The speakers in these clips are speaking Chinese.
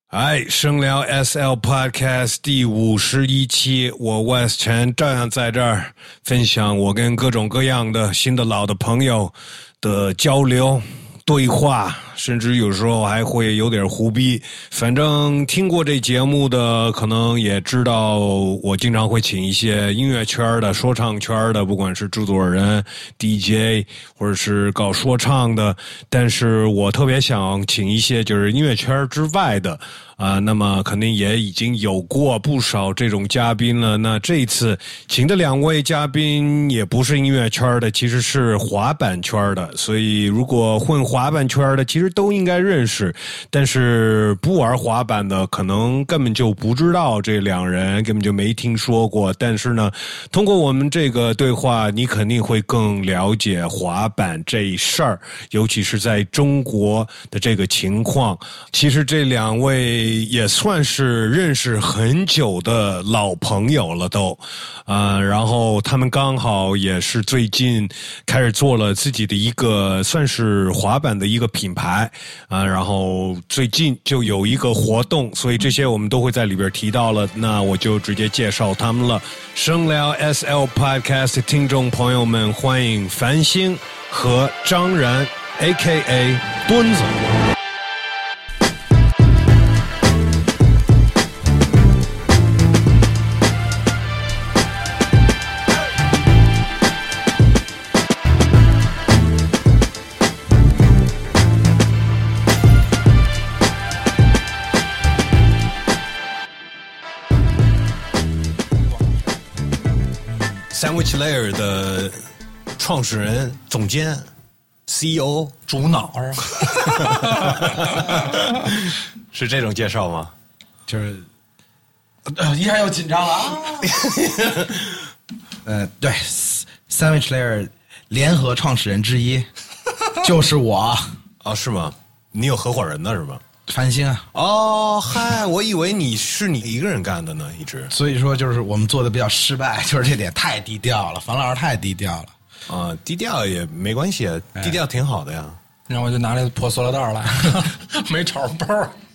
哎，声聊 SL Podcast 第51期，我 West 陈照样在这儿分享我跟各种各样的新的老的朋友的交流对话，甚至有时候还会有点胡逼。反正听过这节目的可能也知道，我经常会请一些音乐圈的、说唱圈的，不管是制作人、DJ 或者是搞说唱的，但是我特别想请一些就是音乐圈之外的那么肯定也已经有过不少这种嘉宾了。那这一次请的两位嘉宾也不是音乐圈的，其实是滑板圈的，所以如果混滑板圈的其实都应该认识，但是不玩滑板的可能根本就不知道这两人，根本就没听说过。但是呢，通过我们这个对话，你肯定会更了解滑板这一事儿，尤其是在中国的这个情况。其实这两位也算是认识很久的老朋友了都，然后他们刚好也是最近开始做了自己的一个算是滑板的一个品牌然后最近就有一个活动，所以这些我们都会在里边提到了，那我就直接介绍他们了。声聊 SL Podcast 听众朋友们，欢迎繁星和张然 AKA 墩子。Sandwich Layer 的创始人、总监、CEO、 主脑是这种介绍吗？ 就是一下又紧张了对 ，Sandwich Layer 联合创始人之一就是我是吗？你有合伙人呢是吗？ 繁星啊！ 嗨，我以为你一个人干的呢，一直。 所以说，就是我们做的比较失败，就是这点太低调了。樊老师太低调了。 低调也没关系，低调挺好的呀。 然后我就拿那破塑料袋来，没钞包，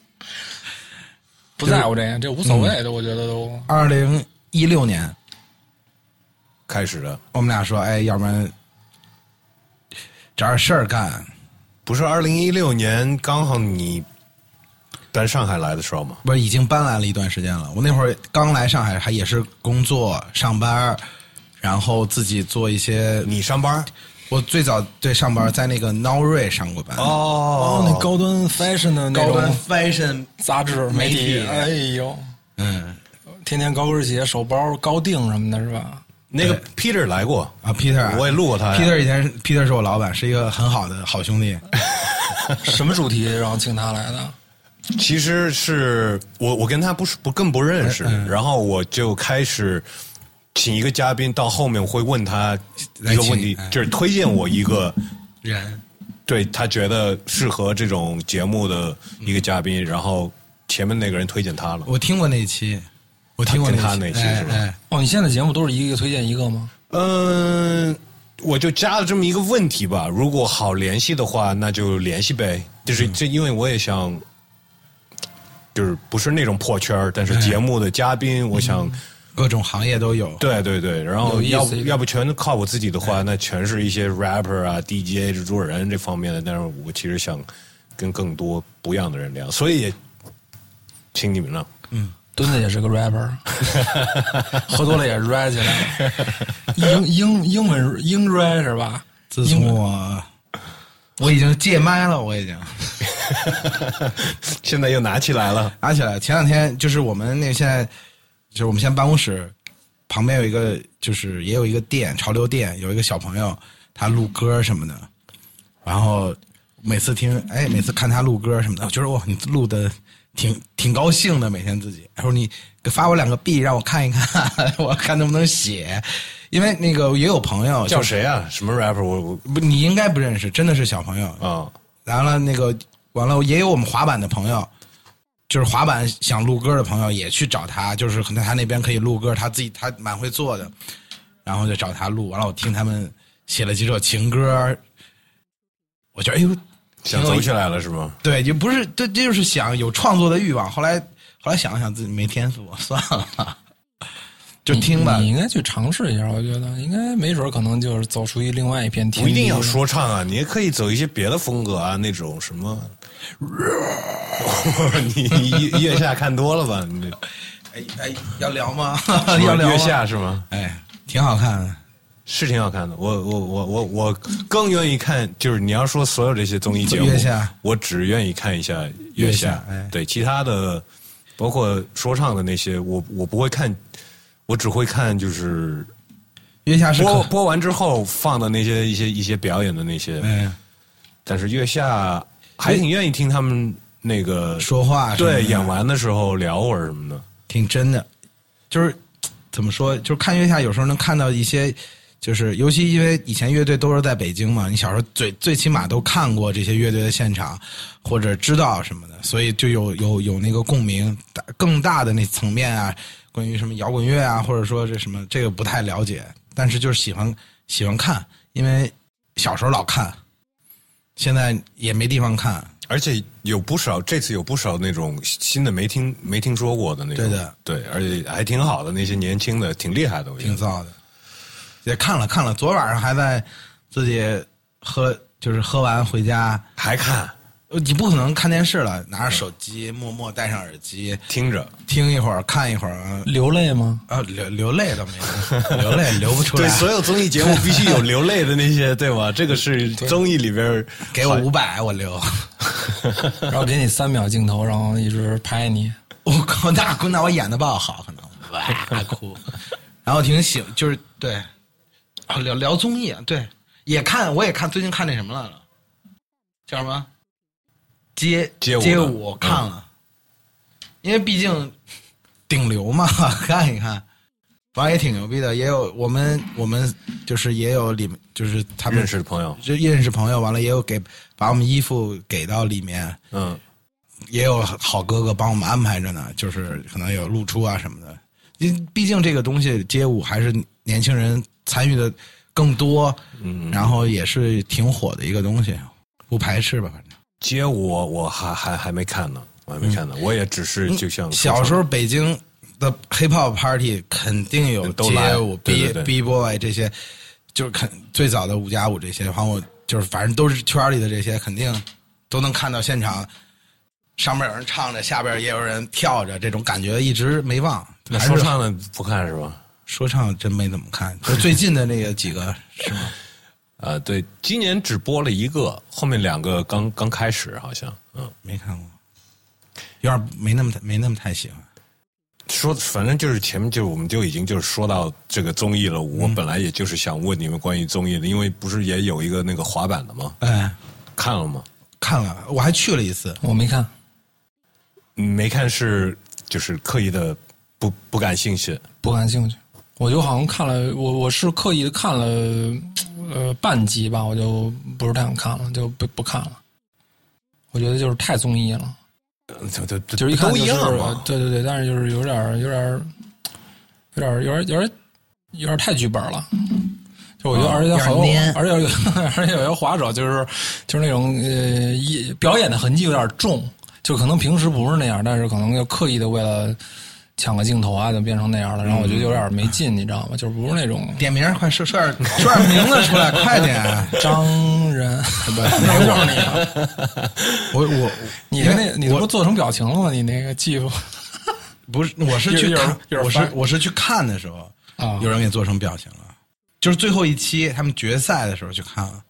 不在乎这无所谓的，我觉得都。 2016年开始的， 我们俩说，要不然找点事儿干。 不是2016年刚好你搬上海来的时候吗？ 不是，已经搬来了一段时间了。我那会儿刚来上海，还也是工作上班，然后自己做一些。 你上班？ 我最早上班在那个 Now 瑞上过班。 那高端 fashion 的那种高端 fashion 杂志媒体。哎呦，天天高跟鞋、手包、高定什么的，是吧？ 那个 Peter 来过 Peter 我也录过他。 Peter 以前Peter 是我老板，是一个很好的好兄弟。 什么主题然后请他来的？ 其实是我跟他更不认识，然后我就开始请一个嘉宾，到后面我会问他一个问题，就是推荐我一个人， 对他觉得适合这种节目的一个嘉宾，然后前面那个人推荐他了。 我听过那一期。我听过他那期是吧？ 你现在节目都是一个推荐一个吗？ 我就加了这么一个问题吧，如果好联系的话，那就联系呗。就是因为我也想，就是不是那种破圈，但是节目的嘉宾，我想各种行业都有。 对对对，然后要不全靠我自己的话，那全是一些 rapper 啊、DJ 制作人这方面的。但是我其实想跟更多不一样的人聊，所以也请你们了。 墩子也是个 rapper， 喝多了也 rap 起来了。英文英 rap 是吧？ 自从我已经戒麦了，我已经现在又拿起来了。 前两天就是我们现在就是我们现在办公室旁边有一个，就是也有一个店，潮流店，有一个小朋友他录歌什么的，然后每次看他录歌什么的，就是你录的挺高兴的，每天自己。他说你发我2个币让我看一看，我看能不能写。因为那个也有朋友叫谁啊？什么 rapper？ 我你应该不认识，真的是小朋友啊。 完了也有我们滑板的朋友，就是滑板想录歌的朋友也去找他，就是可能他那边可以录歌，他蛮会做的，然后就找他录。完了我听他们写了几首情歌，我觉得想走起来了是吗？ 对，就不是，这就是想有创作的欲望。后来想了想，自己没天赋，算了吧，就听吧。 你应该去尝试一下，我觉得应该没准可能就是走出另外一片天地。 不一定要说唱啊，你也可以走一些别的风格啊，那种什么。你月下看多了吧？你要聊吗？要聊吗月下是吗？ 哎，挺好看的。 是挺好看的，我更愿意看，就是你要说所有这些综艺节目， 月下我只愿意看一下月下， 哎对其他的，包括说唱的那些，我不会看，我只会看就是月下是播完之后放的那些一些表演的那些，但是月下还挺愿意听他们那个说话， 对，演完的时候聊会儿什么的， 挺真的，就是怎么说，就是看月下有时候能看到一些。就是尤其因为以前乐队都是在北京嘛，你小时候最起码都看过这些乐队的现场，或者知道什么的，所以就有那个共鸣，更大的那层面啊，关于什么摇滚乐啊，或者说这什么这个不太了解，但是就是喜欢看，因为小时候老看，现在也没地方看， 而且这次有不少那种新的没听说过的那种， 对的， 对，而且还挺好的，那些年轻的挺厉害的，我觉得挺燥的。也看了，昨晚上还在自己喝完回家还看， 你不可能看电视了，拿着手机默默戴上耳机听着听一会儿看一会儿， 流泪吗？ 流泪倒没有，流泪流不出来。 对，所有综艺节目必须有流泪的那些，对吧？这个是综艺里边给我500，我流， 然后给你3秒镜头，然后一直拍你。 我靠，那我演的不好，可能哇哭。然后挺喜，就是对。聊综艺，对，我也看，最近看那什么了，叫什么？街舞看了，因为毕竟顶流嘛，看一看，反正也挺牛逼的。也有我们就是也有里面，就是他们认识的朋友， 就认识朋友，完了也有把我们衣服给到里面，也有好哥哥帮我们安排着呢，就是可能有露出啊什么的。毕竟这个东西街舞还是年轻人参与的更多，然后也是挺火的一个东西，不排斥吧，反正。 街舞我还没看呢，我还没看呢，我也只是就像小时候北京的 hip hop party 肯定有街舞、B boy 这些，就是最早的5+5这些，然后就是反正都是圈里的这些，肯定都能看到现场。上面有人唱着，下边也有人跳着，这种感觉一直没忘。 那说唱的不看是吧？ 说唱真没怎么看，就最近的那个几个是吗？ 对，今年只播了1个，后面2个刚开始，好像， 没看过，有点没那么太喜欢。 反正就是前面就是我们就已经就是说到这个综艺了，我本来也就是想问你们关于综艺的，因为不是也有一个那个滑板的吗？看了吗？ 看了，我还去了一次， 我没看。 没看是就是刻意的不感兴趣， 不感兴趣。我就好像看了，我是刻意的看了半集吧，我就不是太想看了，就不看了。我觉得就是太综艺了，就是一看就是都一样嘛。 对，但是就是有点太剧本了。就我觉得，而且好多，而且有些滑手就是那种表演的痕迹有点重。就可能平时不是那样，但是可能要刻意的为了抢个镜头啊，就变成那样了。然后我觉得有点没劲，你知道吗？就是不是那种点名，快说点名字出来，快点！ 张然，不，那就是你了。你不做成表情了吗？你那个技术不是，我是去看，我是去看的时候有人给做成表情了，就是最后一期他们决赛的时候去看了。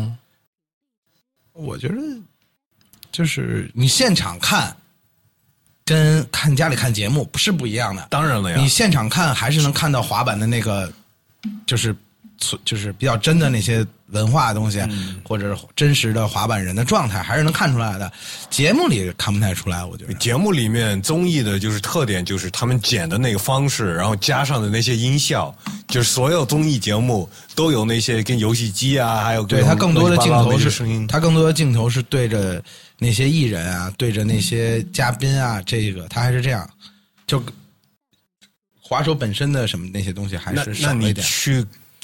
我觉得。就是你现场看，跟看家里看节目不是不一样的。 当然了呀， 你现场看还是能看到滑板的那个，就是比较真的那些文化的东西，或者是真实的滑板人的状态，还是能看出来的。节目里看不太出来，我觉得。 节目里面综艺的就是特点，就是他们剪的那个方式，然后加上的那些音效，就是所有综艺节目都有那些跟游戏机啊，还有对它更多的镜头是声音，它更多的镜头是对着那些艺人啊，对着那些嘉宾啊，这个它还是这样，就滑手本身的什么那些东西还是少了一点。 那你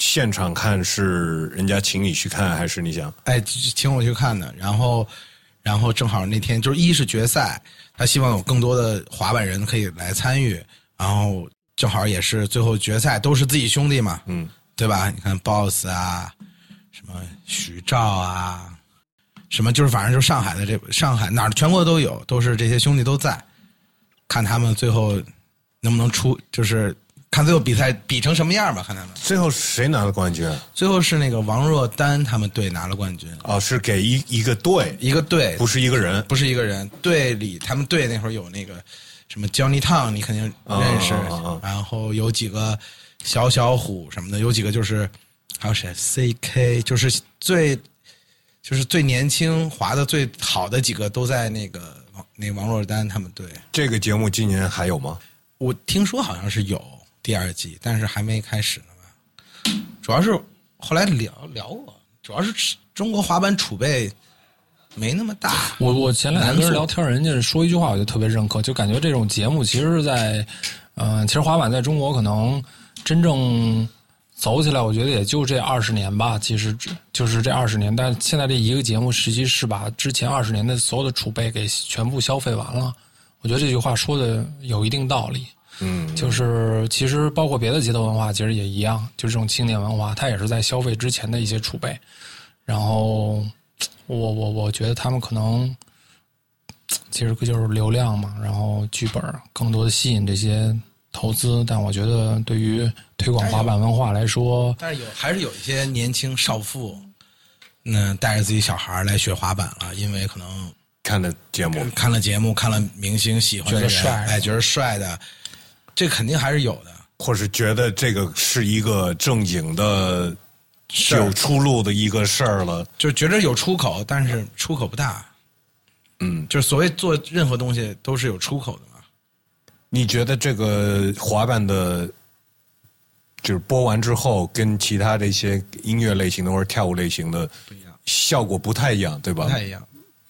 现场看是人家请你去看，还是你想？ 哎，请我去看的。然后正好那天就是一是决赛，他希望有更多的滑板人可以来参与，然后正好也是最后决赛都是自己兄弟嘛，对吧？你看 BOSS 啊，什么许照啊，什么就是反正就是上海哪儿全国都有，都是这些兄弟都在，看他们最后能不能出，就是看最后比赛比成什么样吧，看他们。 最后谁拿了冠军？ 最后是那个王若丹他们队拿了冠军。 哦，是给一个队， 一个队， 不是一个人， 不是一个人。队里他们队那会儿有那个什么 Johnny Tang， 你肯定认识，然后有几个小虎什么的，有几个就是还有谁 CK， 就是最年轻滑的最好的几个都在那个王若丹他们队。这个节目今年还有吗？ 我听说好像是有第二季，但是还没开始呢吧。主要是后来聊过，主要是中国滑板储备没那么大。 我前两天跟人聊天，人家说一句话，我就特别认可，就感觉这种节目其实是在，其实滑板在中国可能真正走起来，我觉得也就这20年吧。其实就是这20年，但现在这一个节目实际是把之前20年的所有的储备给全部消费完了。我觉得这句话说的有一定道理。就是其实包括别的街头文化其实也一样，就这种青年文化它也是在消费之前的一些储备。然后我觉得他们可能其实就是流量嘛，然后剧本更多的吸引这些投资，但我觉得对于推广滑板文化来说， 但是还是有一些年轻少妇带着自己小孩来学滑板了，因为可能看了节目看了明星喜欢的人，觉得帅的，这肯定还是有的， 或是觉得这个是一个正经的有出路的一个事儿了， 就觉得有出口，但是出口不大。就是所谓做任何东西都是有出口的嘛。 你觉得这个滑板的，就是播完之后跟其他的一些音乐类型的或者跳舞类型的不一样， 效果不太一样，对吧？ 不太一样，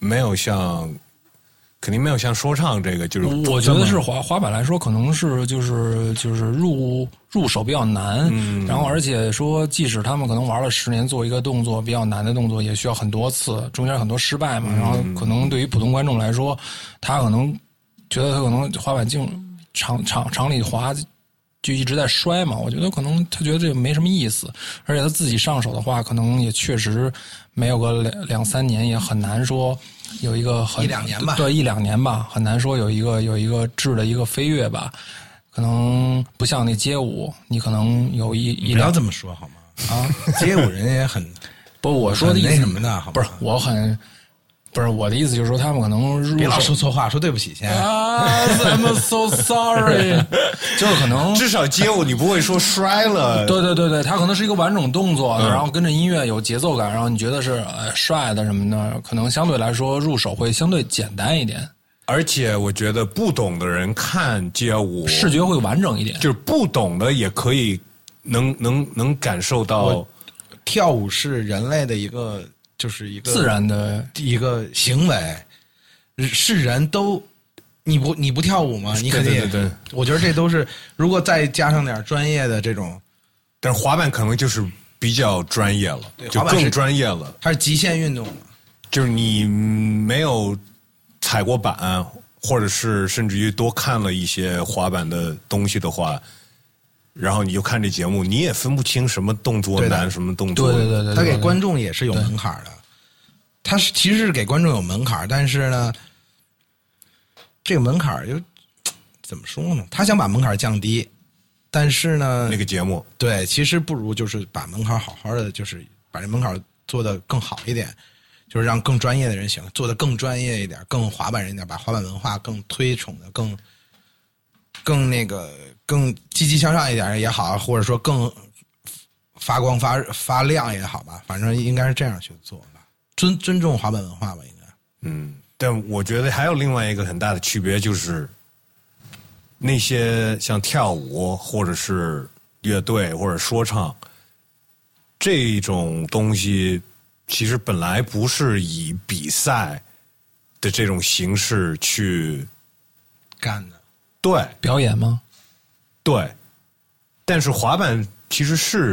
肯定没有像说唱这个，就是我觉得是滑板来说，可能是就是入手比较难，然后而且说，即使他们可能玩了10年，做一个动作比较难的动作，也需要很多次，中间很多失败嘛。然后可能对于普通观众来说，他可能觉得他可能滑板场里滑就一直在摔嘛，我觉得可能他觉得这个没什么意思，而且他自己上手的话，可能也确实没有个2-3年，也很难说有一个 1-2年吧， 对1-2年吧，很难说有一个质的一个飞跃吧，可能不像那街舞，你可能有一不要这么说好吗？啊，街舞人也很不，我说的意思什么的，好不是不是我的意思，就是说他们可能别老说错话，说对不起先。 I'm so sorry， 就是可能至少街舞你不会说摔了。 对，它可能是一个完整动作，然后跟着音乐有节奏感，然后你觉得是帅的什么的，可能相对来说入手会相对简单一点。 而且我觉得不懂的人看街舞视觉会完整一点， 就是不懂的也可以能感受到， 跳舞是人类的一个。就是一个自然的一个行为，是人都你不跳舞吗？你肯定对， 我觉得这都是，如果再加上点专业的这种， 但是滑板可能就是比较专业了，就更专业了。 它是极限运动， 就是你没有踩过板，或者是甚至于多看了一些滑板的东西的话。然后你就看这节目，你也分不清什么动作难，什么动作。 对， 他给观众也是有门槛的。他其实是给观众有门槛，但是呢，这个门槛又怎么说呢？他想把门槛降低，但是呢， 那个节目对，其实不如就是把门槛好好的，就是把这门槛做得更好一点，就是让更专业的人行，做得更专业一点，更滑板人一点，把滑板文化更推崇的更那个更积极向上一点也好，或者说更发光发亮也好吧，反正应该是这样去做吧，尊重滑板文化吧，应该。 但我觉得还有另外一个很大的区别，就是那些像跳舞或者是乐队或者说唱这种东西，其实本来不是以比赛的这种形式去干的。 对， 表演吗？ 对，但是滑板其实是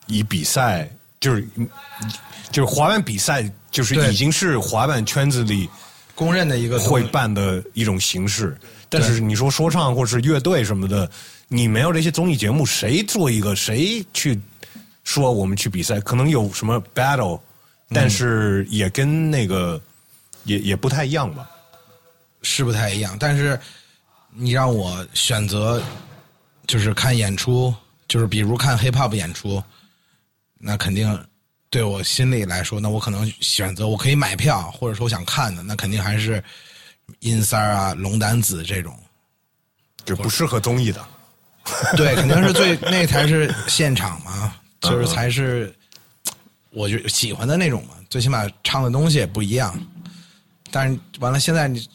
以比赛就是滑板比赛，就是已经是滑板圈子里公认的一个会办的一种形式。但是你说说唱或是乐队什么的，你没有这些综艺节目，谁做一个谁去说我们去比赛？可能有什么 battle， 但是也跟那个也不太一样吧？ 是不太一样。但是你让我选择，就是看演出，就是比如看 hip hop 演出，那肯定对我心里来说，那我可能选择我可以买票，或者说我想看的，那肯定还是阴三儿啊、龙胆子这种， 就不适合综艺的。 对，肯定是那才是现场嘛，就是才是我就喜欢的那种嘛。最起码唱的东西也不一样。但是完了，现在你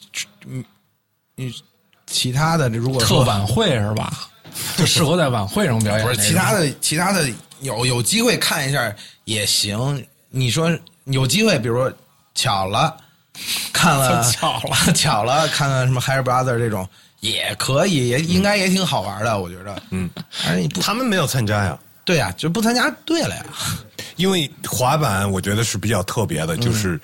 其他的如果说特晚会是吧？就适合在晚会上表演。 不是其他的有机会看一下也行。你说有机会，比如说巧了看了看了什么 Higher Brother 这种也可以，也应该也挺好玩的，我觉得。而且他们没有参加呀。 对呀，就不参加对了呀。 因为滑板我觉得是比较特别的，就是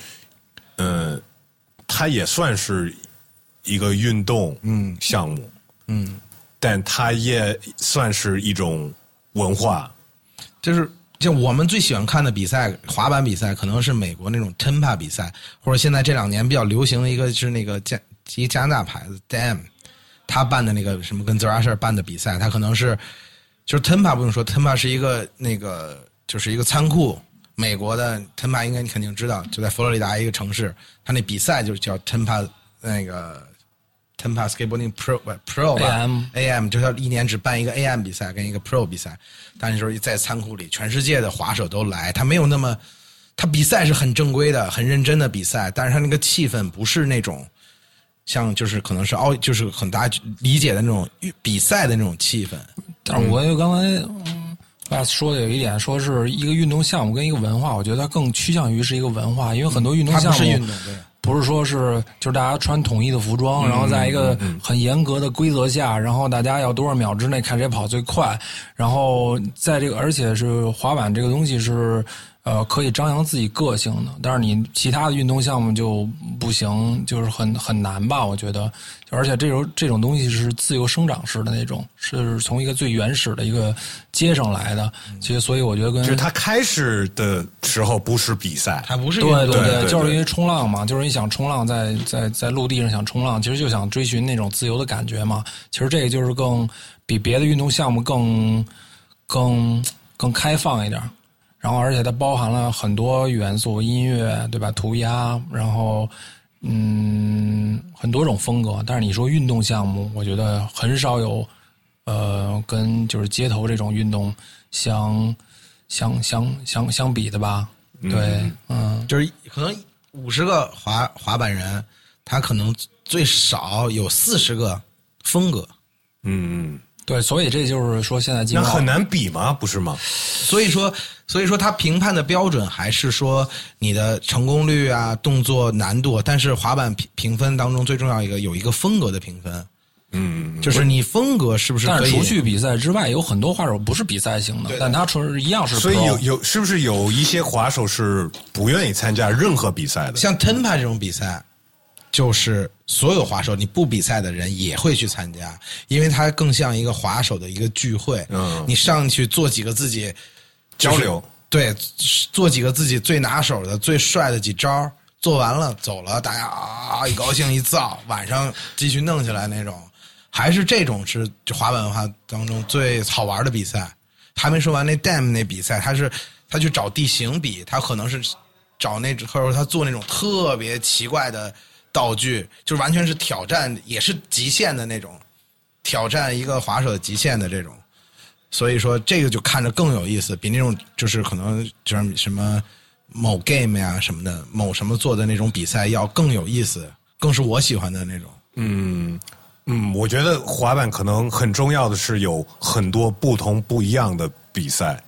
它也算是一个运动项目，但它也算是一种文化。 就是就我们最喜欢看的比赛，滑板比赛可能是美国那种 Tempa 比赛，或者现在这2年比较流行的一个是那个加拿大牌子 Dam， 他办的那个什么跟 Thrasher 办的比赛，他可能是就是 Tempa 不用说 ，Tempa 是一个那个就是一个仓库。美国的 Tempa 应该你肯定知道，就在佛罗里达一个城市，他那比赛就叫 Tempa 那个 Tempa Skateboarding Pro 吧 AM 就是1年只办一个 AM 比赛跟一个 Pro 比赛，但是就是在仓库里，全世界的滑手都来，他没有那么，他比赛是很正规的、很认真的比赛，但是他那个气氛不是那种像就是可能是就是很大理解的那种比赛的那种气氛。 但是我就刚才。说的有一点，说是一个运动项目跟一个文化，我觉得它更趋向于是一个文化，因为很多运动项目它不是运动，对， 不是说是就是大家穿统一的服装，然后在一个很严格的规则下，然后大家要多少秒之内看谁跑最快，然后在这个而且是滑板这个东西是可以张扬自己个性的，但是你其他的运动项目就不行，就是很难吧？我觉得，而且这种东西是自由生长式的那种，是从一个最原始的一个街上来的。其实，所以我觉得就是它开始的时候不是比赛， 它不是对，就是因为冲浪嘛，就是你想冲浪，在陆地上想冲浪，其实就想追寻那种自由的感觉嘛。其实这个就是比别的运动项目更开放一点。然后，而且它包含了很多元素，音乐，对吧？涂鸦，然后，很多种风格。但是你说运动项目，我觉得很少有，跟就是街头这种运动相比的吧？对， 就是可能50个滑板人，他可能最少有40个风格。 对，所以这就是说现在那很难比吗？不是吗？ 所以说他评判的标准还是说你的成功率啊、动作难度，但是滑板评分当中最重要有一个风格的评分。就是你风格是不是可以？ 但是除去比赛之外，有很多滑手不是比赛型的，但他一样是 pro。 所以是不是有一些滑手是不愿意参加任何比赛的？ 像 Tempa 这种比赛，就是所有滑手你不比赛的人也会去参加，因为它更像一个滑手的一个聚会。你上去做几个自己交流， 对，做几个自己最拿手的、最帅的几招，做完了走了，大家一高兴一造，晚上继续弄起来那种。还是这种是滑板文化当中最好玩的比赛。还没说完那 Dam 那比赛，他去找地形比，他可能是找或者说他做那种特别奇怪的道具，就是完全是挑战，也是极限的那种，挑战一个滑手的极限的这种。所以说这个就看着更有意思，比那种就是可能就是什么某 game 呀什么的，某什么做的那种比赛要更有意思，更是我喜欢的那种。 我觉得滑板可能很重要的是有很多不一样的比赛。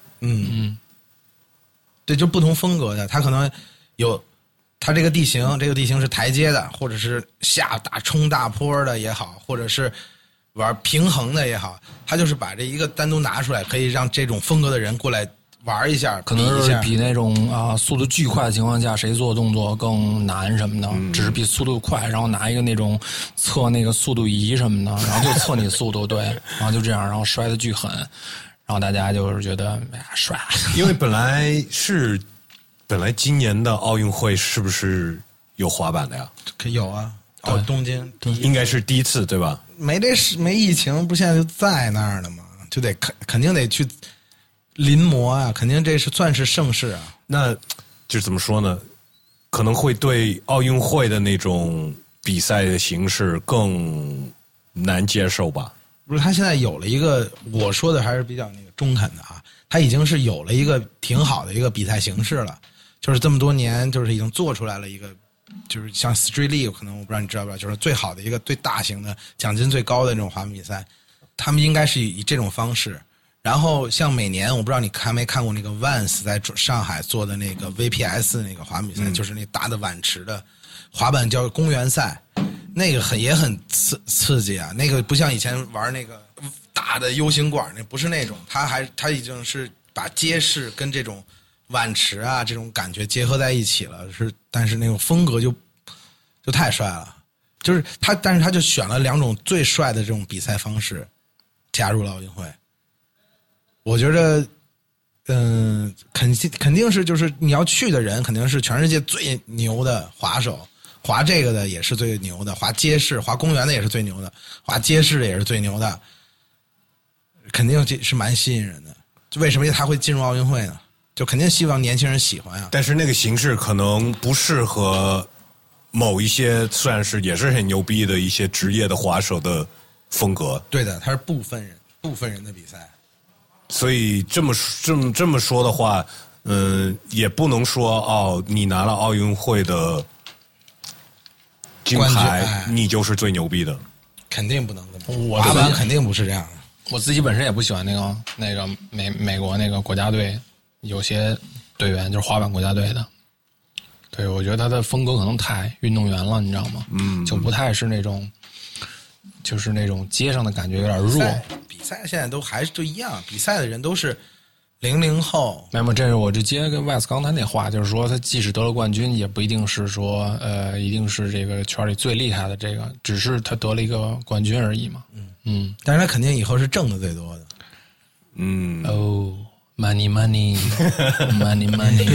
对，就不同风格的，它可能有它这个地形是台阶的，或者是冲大坡的也好，或者是玩平衡的也好，它就是把这一个单独拿出来，可以让这种风格的人过来玩一下， 可能是比那种速度巨快的情况下，谁做动作更难什么的，只是比速度快，然后拿一个那种测那个速度仪什么的，然后就测你速度，对，然后就这样，然后摔得巨狠，然后大家就是觉得哎呀帅， 因为本来今年的奥运会是不是有滑板的呀？ 有啊，东京应该是第一次对吧？ 没疫情，不现在就在那儿了吗？就得肯定得去临摹啊，肯定这是算是盛事啊。 那就怎么说呢？可能会对奥运会的那种比赛的形式更难接受吧？ 不是，他现在有了一个，我说的还是比较那个中肯的啊，他已经是有了一个挺好的一个比赛形式了，就是这么多年，就是已经做出来了一个。就是像 Street League， 可能我不知道你知道吧，就是最好的一个最大型的奖金最高的那种滑板比赛，他们应该是以这种方式。然后像每年，我不知道你看没看过那个 Vans 在上海做的那个 VPS 那个滑板比赛，就是那大的碗池的滑板叫公园赛，那个也很刺激啊。那个不像以前玩那个大的 U 型管，那不是那种，它已经是把街式跟这种。碗池啊，这种感觉结合在一起了，但是那种风格就太帅了，就是但是他就选了2种最帅的这种比赛方式，加入了奥运会。我觉得，肯定是就是你要去的人，肯定是全世界最牛的滑手，滑这个的也是最牛的，滑街式、滑公园的也是最牛的，滑街式的也是最牛的，肯定是蛮吸引人的。为什么他会进入奥运会呢？就肯定希望年轻人喜欢啊， 但是那个形式可能不适合某一些算是也是很牛逼的一些职业的滑手的风格。 对的，它是部分人的比赛。 所以这么说的话，也不能说你拿了奥运会的金牌，你就是最牛逼的， 肯定不能这么说。滑板肯定不是这样的。 我自己本身也不喜欢那个美国那个国家队。有些队员就是滑板国家队的，对，我觉得他的风格可能太运动员了，你知道吗？就不太是那种，就是那种街上的感觉有点弱。 比赛现在都还是就一样，比赛的人都是00后。 没有，这是我接跟 Wes 刚才那话，就是说他即使得了冠军，也不一定是说一定是这个圈里最厉害的这个，只是他得了一个冠军而已嘛。 但是他肯定以后是挣的最多的。 Money, money, money, money 。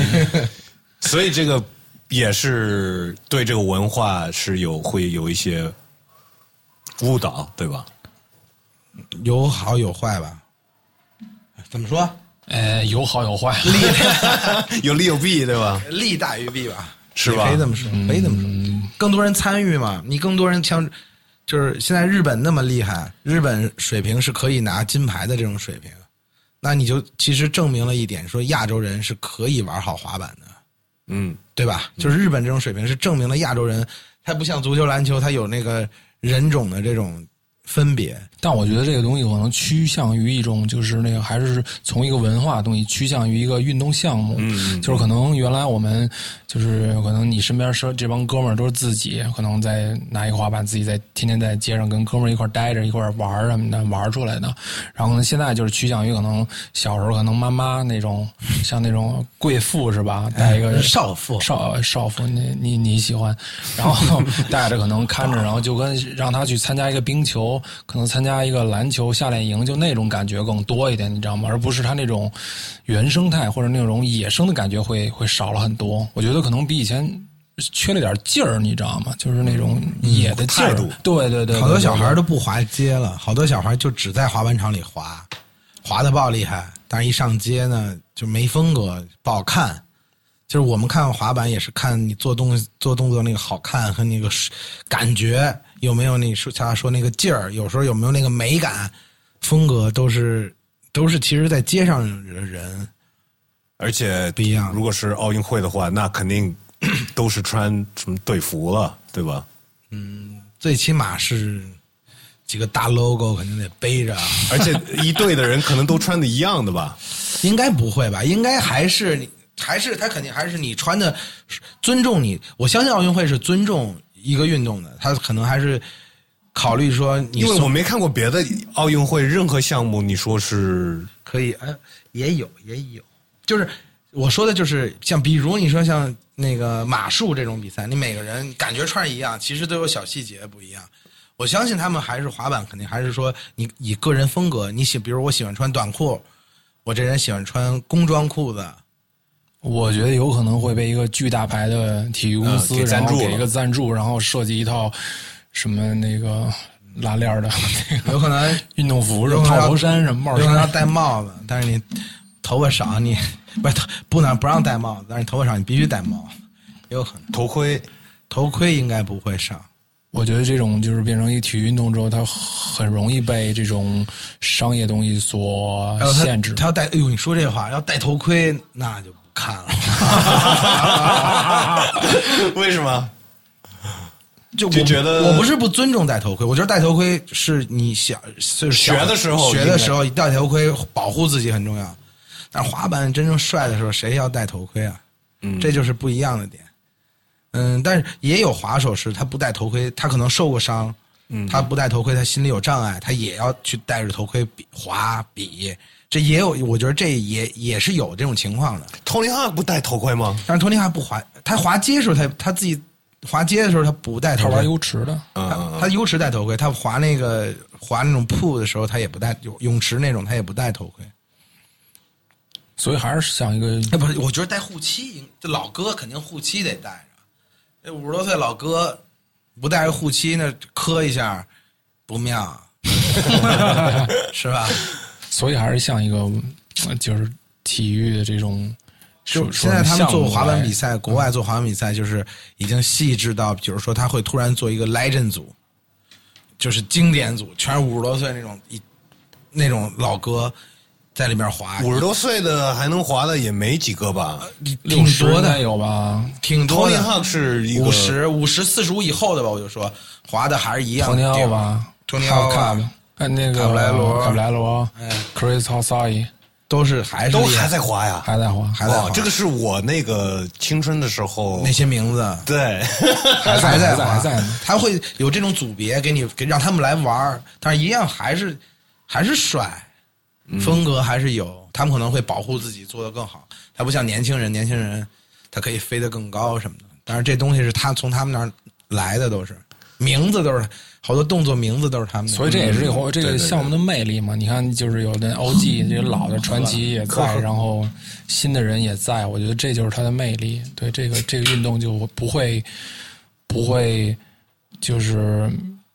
所以这个也是对这个文化是会有一些误导，对吧？ 有好有坏吧？怎么说？ 有好有坏， 有利有弊，对吧？ 利大于弊吧？ 是吧？ 可以这么说，可以这么说。更多人参与嘛，你更多人就是现在日本那么厉害，日本水平是可以拿金牌的这种水平。那你就其实证明了一点，说亚洲人是可以玩好滑板的，对吧？就是日本这种水平是证明了亚洲人，他不像足球、篮球，他有那个人种的这种分别。 但我觉得这个东西可能趋向于一种，就是那个还是从一个文化的东西趋向于一个运动项目。就是可能原来我们就是可能你身边说这帮哥们儿都是自己可能在拿一个滑板，自己天天在街上跟哥们儿一块待着一块玩什么的玩出来的。然后可能现在就是趋向于可能小时候可能妈妈那种像那种贵妇是吧，带一个少妇， 你喜欢，然后带着可能看着，然后就跟让他去参加一个冰球，可能参加一个篮球夏令营，就那种感觉更多一点，你知道吗？而不是他那种原生态或者那种野生的感觉会少了很多。我觉得可能比以前缺了点劲儿，你知道吗？就是那种野的劲儿。对， 好多小孩都不滑街了，好多小孩就只在滑板场里滑的爆厉害，但是一上街呢就没风格，不好看。就是我们看滑板也是看你做动作那个好看和那个感觉有没有你说那个劲儿，有时候有没有那个美感，风格都是其实在街上的人， 而且不一样。 如果是奥运会的话，那肯定都是穿什么队服了，对吧？ 最起码是几个大 logo 肯定得背着， 而且一队的人可能都穿的一样的吧？ 应该不会吧？应该还是他肯定还是你穿的尊重你。我相信奥运会是尊重一个运动的，他可能还是考虑说你， 因为我没看过别的奥运会任何项目，你说是可以，也有， 就是我说的就是像比如你说像那个马术这种比赛，你每个人感觉穿一样，其实都有小细节不一样。我相信他们还是滑板，肯定还是说你以个人风格，比如我喜欢穿短裤，我这人喜欢穿工装裤子。 我觉得有可能会被一个巨大牌的体育公司然后给一个赞助，然后设计一套什么那个拉链的那个有可能运动服什么套头衫什么帽衫， 有可能要戴帽子，但是你头发少，你不能不让戴帽子，但是你头发少你必须戴帽子，有可能头盔应该不会上。 我觉得这种就是变成一体育运动之后，它很容易被这种商业东西所限制。 他要戴，哎呦，你说这话要戴头盔，那就不看了。 为什么？ 就觉得我不是不尊重戴头盔，我觉得戴头盔是你学的时候戴头盔保护自己很重要。但是滑板真正帅的时候，谁要戴头盔啊？这就是不一样的点。但是也有滑手是他不戴头盔，他可能受过伤，他不戴头盔，他心里有障碍，他也要去戴着头盔滑比，这也有，我觉得这也是有这种情况的。 Tony Hawk 不戴头盔吗？ 但是 Tony Hawk 不滑，他滑街的时候他自己滑街的时候他不戴头盔， 他玩游池的， 他游池戴头盔，他滑那种铺的时候他也不戴，泳池那种他也不戴头盔。 所以还是像一个， 不是，我觉得戴护膝，这老哥肯定护膝得戴着。这50多岁老哥不戴着护膝，那磕一下不妙，是吧？ 所以还是像一个就是体育的这种。 就现在他们做滑板比赛，国外做滑板比赛就是已经细致到，比如说他会突然做一个 legend 组，就是经典组，全是50多岁那种老哥。在里面滑 ，50多岁的还能滑的也没几个吧？ 挺多的有吧？ 挺多的。 Tony Hawk 是一个 50、45以后的吧？我就说滑的还是一样的。 Tony Hawk 吧 ，Tony Hawk， 那个卡布莱罗，Chris Hosai 都还在滑呀， 还在滑。 这个是我那个青春的时候那些名字， 对， 还在。他会有这种组别给让他们来玩，但是一样还是帅。风格还是有，他们可能会保护自己做得更好。他不像年轻人他可以飞得更高什么的。但是这东西是从他们那儿来的，都是名字都是好多动作名字都是他们的。 所以这也是这个项目的魅力嘛。你看，就是有的 OG 这些老的传奇也在，然后新的人也在，我觉得这就是它的魅力。对这个运动就不会就是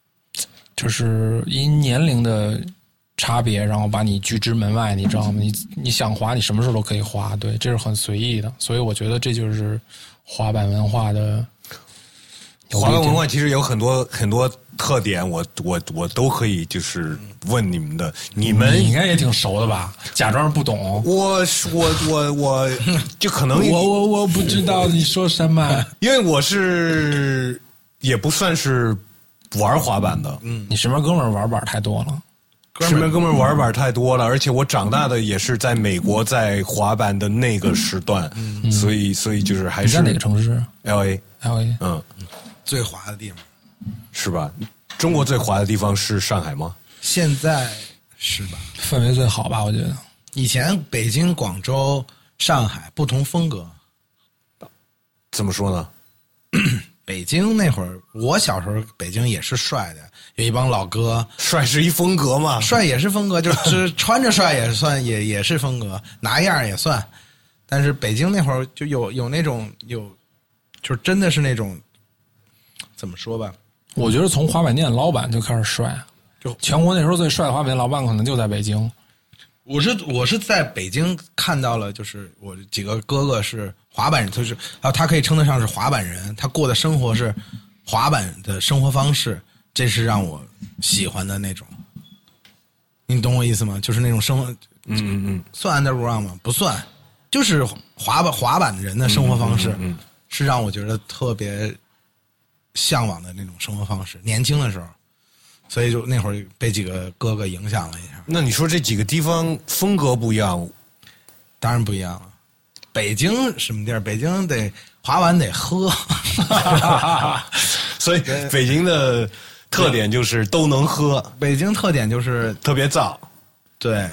因年龄的差别，然后把你拒之门外，你知道吗？你想滑，你什么时候都可以滑，对，这是很随意的。所以我觉得这就是滑板文化的。 滑板文化其实有很多特点，我都可以就是问你们的。你应该也挺熟的吧？假装不懂。 我就可能我不知道你说什么， 因为我是也不算是玩滑板的。 你身边哥们儿玩板太多了。 身边哥们玩板太多了，而且我长大的也是在美国，在滑板的那个时段，所以就是还是。 你在哪个城市 ？LA， 最滑的地方是吧？中国最滑的地方是上海吗？ 现在是吧？ 氛围最好吧？我觉得以前北京、广州、上海不同风格。 怎么说呢？ 北京那会儿，我小时候北京也是帅的，有一帮老哥。 帅是一风格嘛？ 帅也是风格，就是穿着帅也算，也是风格，拿样也算。但是北京那会儿就有那种就是真的是那种，怎么说吧？ 我觉得从滑板店老板就开始帅，就全国那时候最帅的滑板店老板可能就在北京。 我是在北京看到了，就是我几个哥哥是滑板人，就是他可以称得上是滑板人，他过的生活是滑板的生活方式，这是让我喜欢的那种。你懂我意思吗？就是那种生活，算 underground 吗？不算，就是滑板的人的生活方式，是让我觉得特别向往的那种生活方式。年轻的时候。所以就那会儿被几个哥哥影响了一下。 那你说这几个地方风格不一样？ 当然不一样了。北京什么地儿？北京得滑板得喝， 所以北京的特点就是都能喝。 北京特点就是特别燥， 对，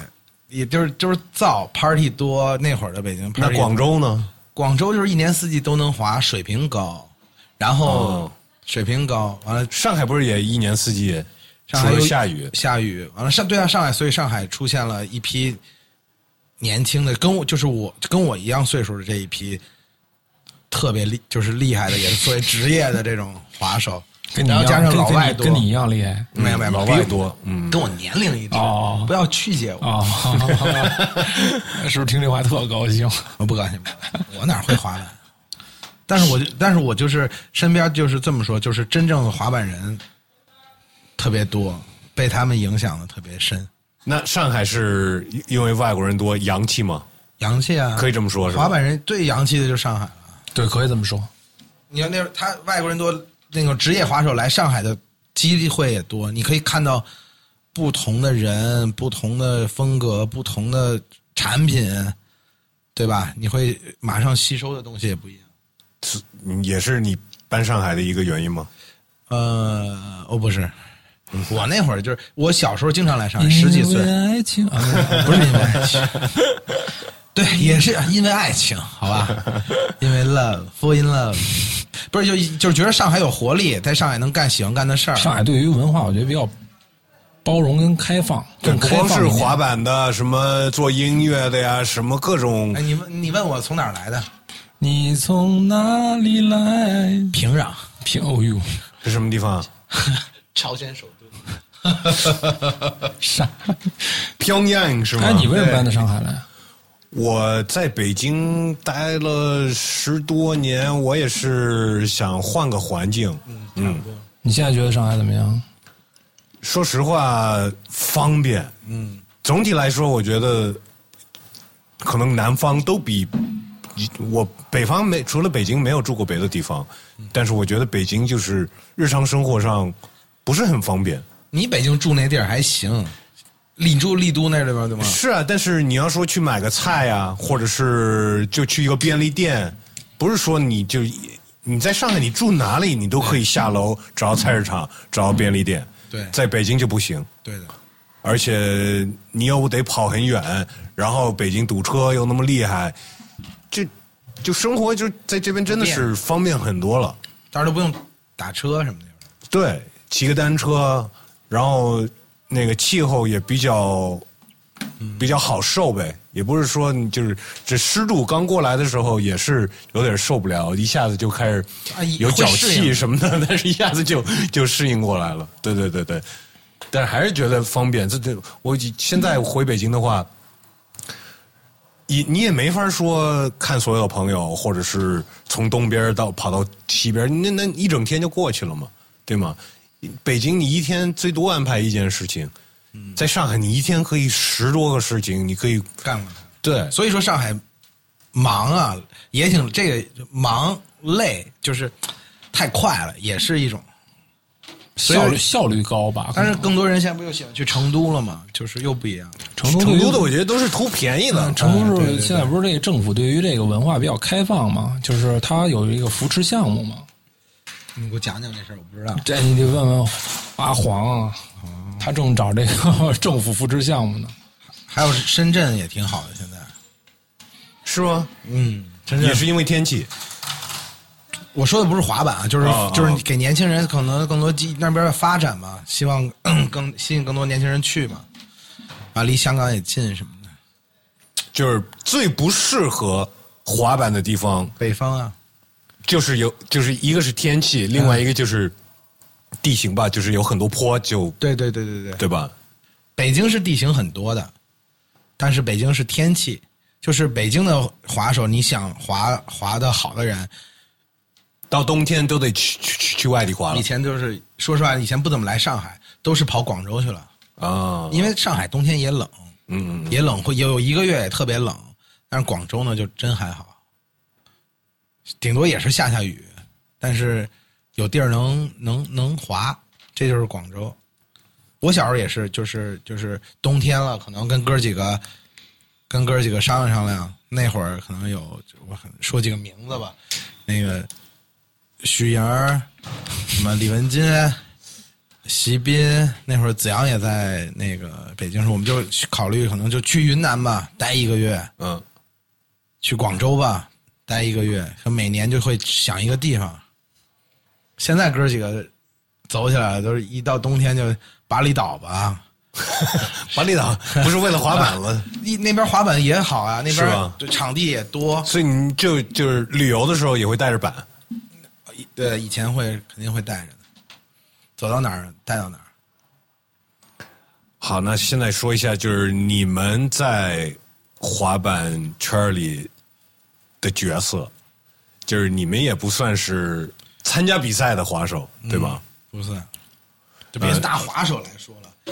也就是造 party 多那会儿的北京。 那广州呢？ 广州就是一年四季都能滑，水平高，然后水平高，完了上海不是也一年四季？ 上海下雨，完了对啊，上海，所以上海出现了一批年轻的，跟我一样岁数的这一批特别就是厉害的，也是作为职业的这种滑手。然后加上老外多， 跟你一样厉害， 没有老外多， 跟我年龄一致，不要曲解我。 是不是听这话特高兴？ 我不高兴，我哪会滑板？但是我就是身边就是这么说，就是真正的滑板人特别多，被他们影响的特别深。 那上海是因为外国人多洋气吗？ 洋气啊， 可以这么说是吧？ 滑板人最洋气的就是上海了。 对，可以这么说。 你看他外国人多，那个职业滑手来上海的机会也多，你可以看到不同的人、不同的风格、不同的产品，对吧？你会马上吸收的东西也不一样。 也是你搬上海的一个原因吗？ 不是，我那会儿就是我小时候经常来上海，10几岁。 因为爱情不是因为爱情，对，也是因为爱情，好吧？因为 love，fall in love， 不是就是觉得上海有活力，在上海能干喜欢干的事儿。 上海对于文化，我觉得比较包容跟开放，更开放。 光是滑板的，什么做音乐的呀，什么各种。 哎，你问我从哪儿来的？ 你从哪里来？ 平壤。 哦呦， 是什么地方？ 朝鲜首都。 啥？ 平壤是吗？ 哎，你为什么搬到上海来？ 我在北京待了10多年，我也是想换个环境。 你现在觉得上海怎么样？ 说实话，方便。总体来说，我觉得可能南方都比我北方除了北京没有住过别的地方，但是我觉得北京就是日常生活上不是很方便。 你北京住那地儿还行。丽都那地方对吗？ 是啊，但是你要说去买个菜啊，或者是就去一个便利店，不是说你在上海你住哪里你都可以下楼找到菜市场找到便利店。 对， 在北京就不行。 对的， 而且你又得跑很远，然后北京堵车又那么厉害，就生活就在这边真的是方便很多了。 当然都不用打车什么的。 对，骑个单车，然后那个气候也比较好受呗，也不是说你就是这湿度刚过来的时候也是有点受不了，一下子就开始有脚气什么的，但是一下子就适应过来了。对，但是还是觉得方便。我现在回北京的话，你也没法说看所有朋友，或者是从东边跑到西边，那一整天就过去了嘛，对吗？北京你一天最多安排一件事情，在上海你一天可以10多个事情，你可以干过。 对， 所以说上海忙啊，也挺这个忙累，就是太快了，也是一种效率高吧。 但是更多人现在不又喜欢去成都了吗？就是又不一样。 成都的我觉得都是图便宜的。 成都是现在不是这个政府对于这个文化比较开放嘛，就是它有一个扶持项目嘛。 你给我讲讲这事儿，我不知道。 这你得问问阿黄啊，他正找这个政府扶持项目呢。 还有深圳也挺好的，现在是吗？ 深圳也是因为天气。 我说的不是滑板啊，就是给年轻人可能更多那边的发展嘛，希望吸引更多年轻人去嘛。啊，离香港也近什么的。 就是最不适合滑板的地方， 北方啊。 就是一个是天气，另外一个就是地形吧，就是有很多坡，对吧？ 北京是地形很多的，但是北京是天气，就是北京的滑手，你想滑的好的人， 到冬天都得去外地滑了。 以前就是说实话，以前不怎么来上海，都是跑广州去了啊， 因为上海冬天也冷，也冷，会有1个月也特别冷，但是广州呢就真还好。顶多也是下雨，但是有地儿能滑，这就是广州。我小时候也是，就是冬天了，可能跟哥几个商量，那会儿可能有我说几个名字吧，那个许莹、什么李文金、 席斌那会儿，子阳也在那个北京时，我们就考虑可能就去云南吧，待1个月。去广州吧，待1个月。每年就会想一个地方。现在哥几个走起来了，都是一到冬天就巴厘岛吧。 巴厘岛不是为了滑板了？ 那边滑板也好啊，那边场地也多， 所以你就是旅游的时候也会带着板。 对，以前肯定会带着的，走到哪儿带到哪儿。 好，那现在说一下，就是你们在滑板圈里的角色，就是你们也不算是参加比赛的滑手，对吧？ 不算，就别大滑手来说了，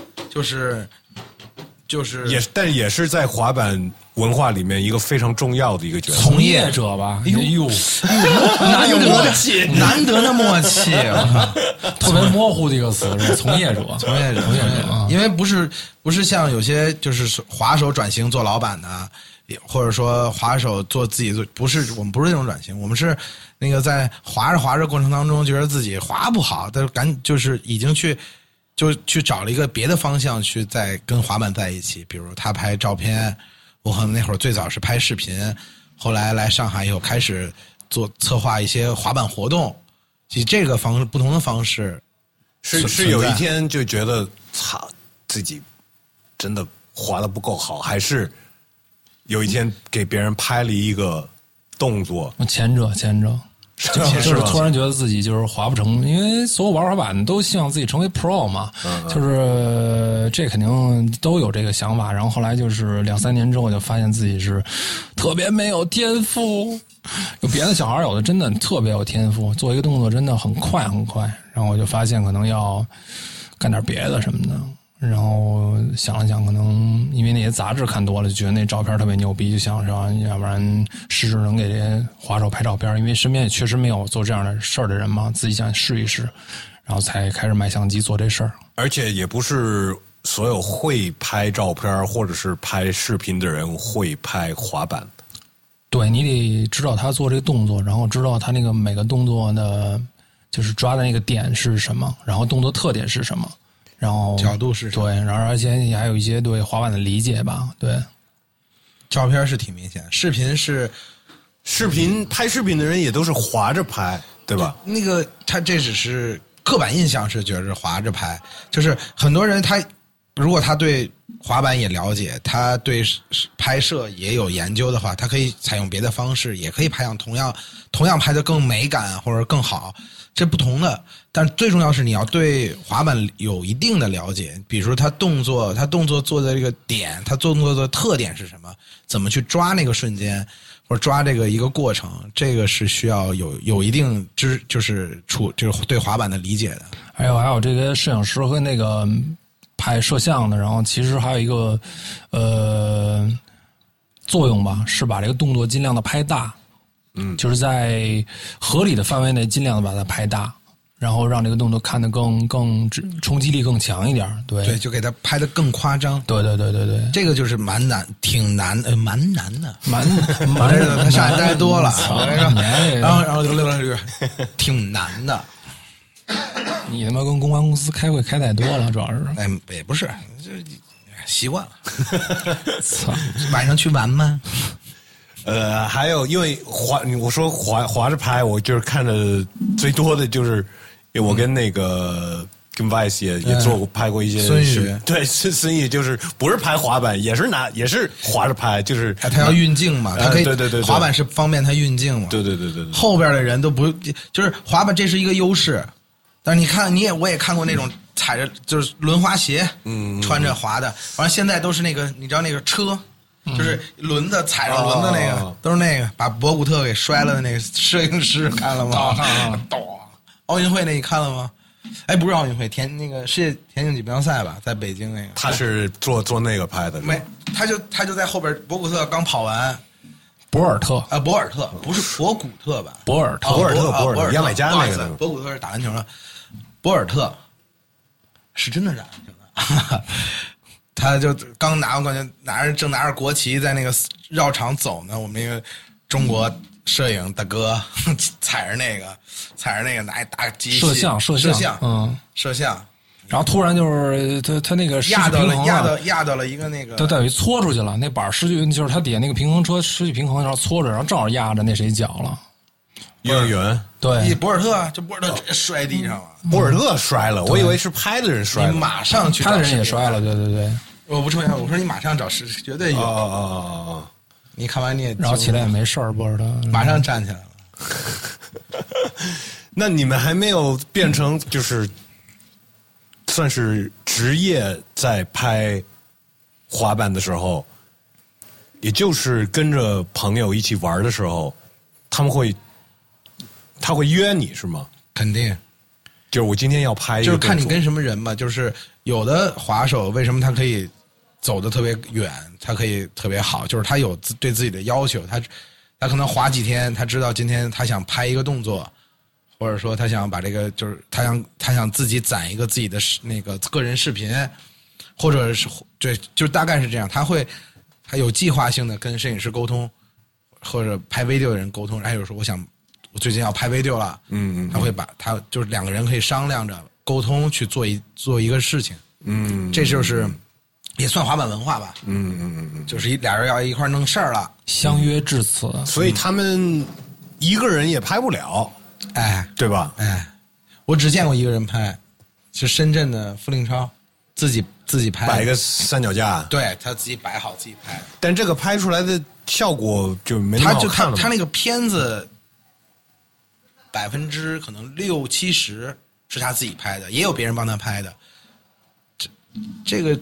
就是但也是在滑板文化里面一个非常重要的一个角色， 从业者吧。哎呦， 哪有默契？难得的默契， 特别模糊的一个词是从业者， 从业者。因为不是像有些就是滑手转型做老板的，或者说滑手做自己做，我们不是这种转型，我们是那个在滑着过程当中觉得自己滑不好，但就是已经去找了一个别的方向去再跟滑板在一起，比如他拍照片，我可能那会儿最早是拍视频，后来来上海以后开始策划一些滑板活动，其实这个不同的方式是有一天就觉得操自己真的滑得不够好，还是有一天给别人拍了一个动作？ 前者。就是突然觉得自己就是滑不成，因为所有玩滑板都希望自己成为 pro 嘛，就是这肯定都有这个想法。然后后来就是2-3年之后，就发现自己是特别没有天赋。有别的小孩有的真的特别有天赋，做一个动作真的很快。然后我就发现可能要干点别的什么的。然后想了想，可能因为那些杂志看多了，就觉得那照片特别牛逼，就想说要不然试试能给这些滑手拍照片，因为身边也确实没有做这样的事儿的人嘛，自己想试一试，然后才开始买相机做这事儿。 而且也不是所有会拍照片或者是拍视频的人会拍滑板。 对，你得知道他做这个动作，然后知道他那个每个动作的就是抓的那个点是什么，然后动作特点是什么，然后角度是什么， 对，然后而且你还有一些对滑板的理解吧。对， 照片是挺明显，视频拍视频的人也都是滑着拍，对吧？ 那个他这只是刻板印象，是觉得滑着拍，就是很多人如果他对滑板也了解，他对拍摄也有研究的话，他可以采用别的方式，也可以同样拍得更美感或者更好，这不同的。但最重要是你要对滑板有一定的了解，比如说他动作做的这个点，他动作的特点是什么，怎么去抓那个瞬间，或者抓这个一个过程，这个是需要有一定就是对滑板的理解的。 还有这个摄影师和那个拍摄像的，然后其实还有一个作用吧，是把这个动作尽量的拍大，就是在合理的范围内尽量的把它拍大，然后让这个动作看得更冲击力更强一点。对， 就给它拍得更夸张。 对， 这个就是蛮难的，他上海待多了，然后就挺难的。 你他妈跟公关公司开会开太多了，主要是。 也不是，就习惯了。操，晚上去玩吗？ 还有因为我说滑着拍，我就是看的最多的就是，因为我跟那个跟 Vice 也拍过一些孙宇， 对，孙宇就是不是拍滑板，也是滑着拍，就是他要运镜嘛，他可以对， 滑板是方便他运镜嘛， 对， 后边的人都不就是滑板，这是一个优势。但是你看，我也看过那种踩着就是轮滑鞋，穿着滑的，完了现在都是那个你知道那个车，就是轮子踩着轮子那个，都是那个把博古特给摔了的那个摄影师，看了吗？奥运会那你看了吗？哎，不是奥运会，那个世界田径锦标赛吧，在北京那个。 他是做那个拍的， 没，他就在后边，博古特刚跑完。 博尔特不是博古特吧？ 博尔特， 牙买加那个。 博古特是打篮球的。博尔特是真的打篮球的，他就刚拿完冠军，正拿着国旗在那个绕场走呢。我们那个中国摄影大哥踩着那个拿一大机器摄像， 摄像， 然后突然就是他那个压到了一个那个， 他等于搓出去了，那板失去，就是他底下那个平衡车失去平衡，然后搓着，然后正好压着那谁脚了。 游泳员对， 博尔特直接摔地上了。 博尔特摔了，我以为是拍的人摔了。 你马上去， 拍的人也摔了，对。 我不重要，我说你马上找是绝对有。 哦。 你看完你也， 然后起来也没事儿，博尔特马上站起来了。 那你们还没有变成就是算是职业在拍滑板的时候，也就是跟着朋友一起玩的时候，他会约你是吗？ 肯定， 就是我今天要拍一个， 就是看你跟什么人吧。就是有的滑手为什么他可以走得特别远，他可以特别好，就是他有对自己的要求，他可能滑几天，他知道今天他想拍一个动作，或者说他想把这个就是他想自己攒一个自己的那个个人视频，或者是对，就大概是这样。他有计划性的跟摄影师沟通，或者拍 video 的人沟通，还有说我最近要拍 video 了，他会把他就是两个人可以商量着沟通去做一个事情，这就是也算滑板文化吧，就是俩人要一块弄事儿了， 相约至此， 所以他们一个人也拍不了，对吧？ 我只见过一个人拍，是深圳的付令超，自己拍， 摆个三脚架， 对他自己摆好自己拍， 但这个拍出来的效果就没那么好看了。 他那个片子可能60-70%是他自己拍的，也有别人帮他拍的。这个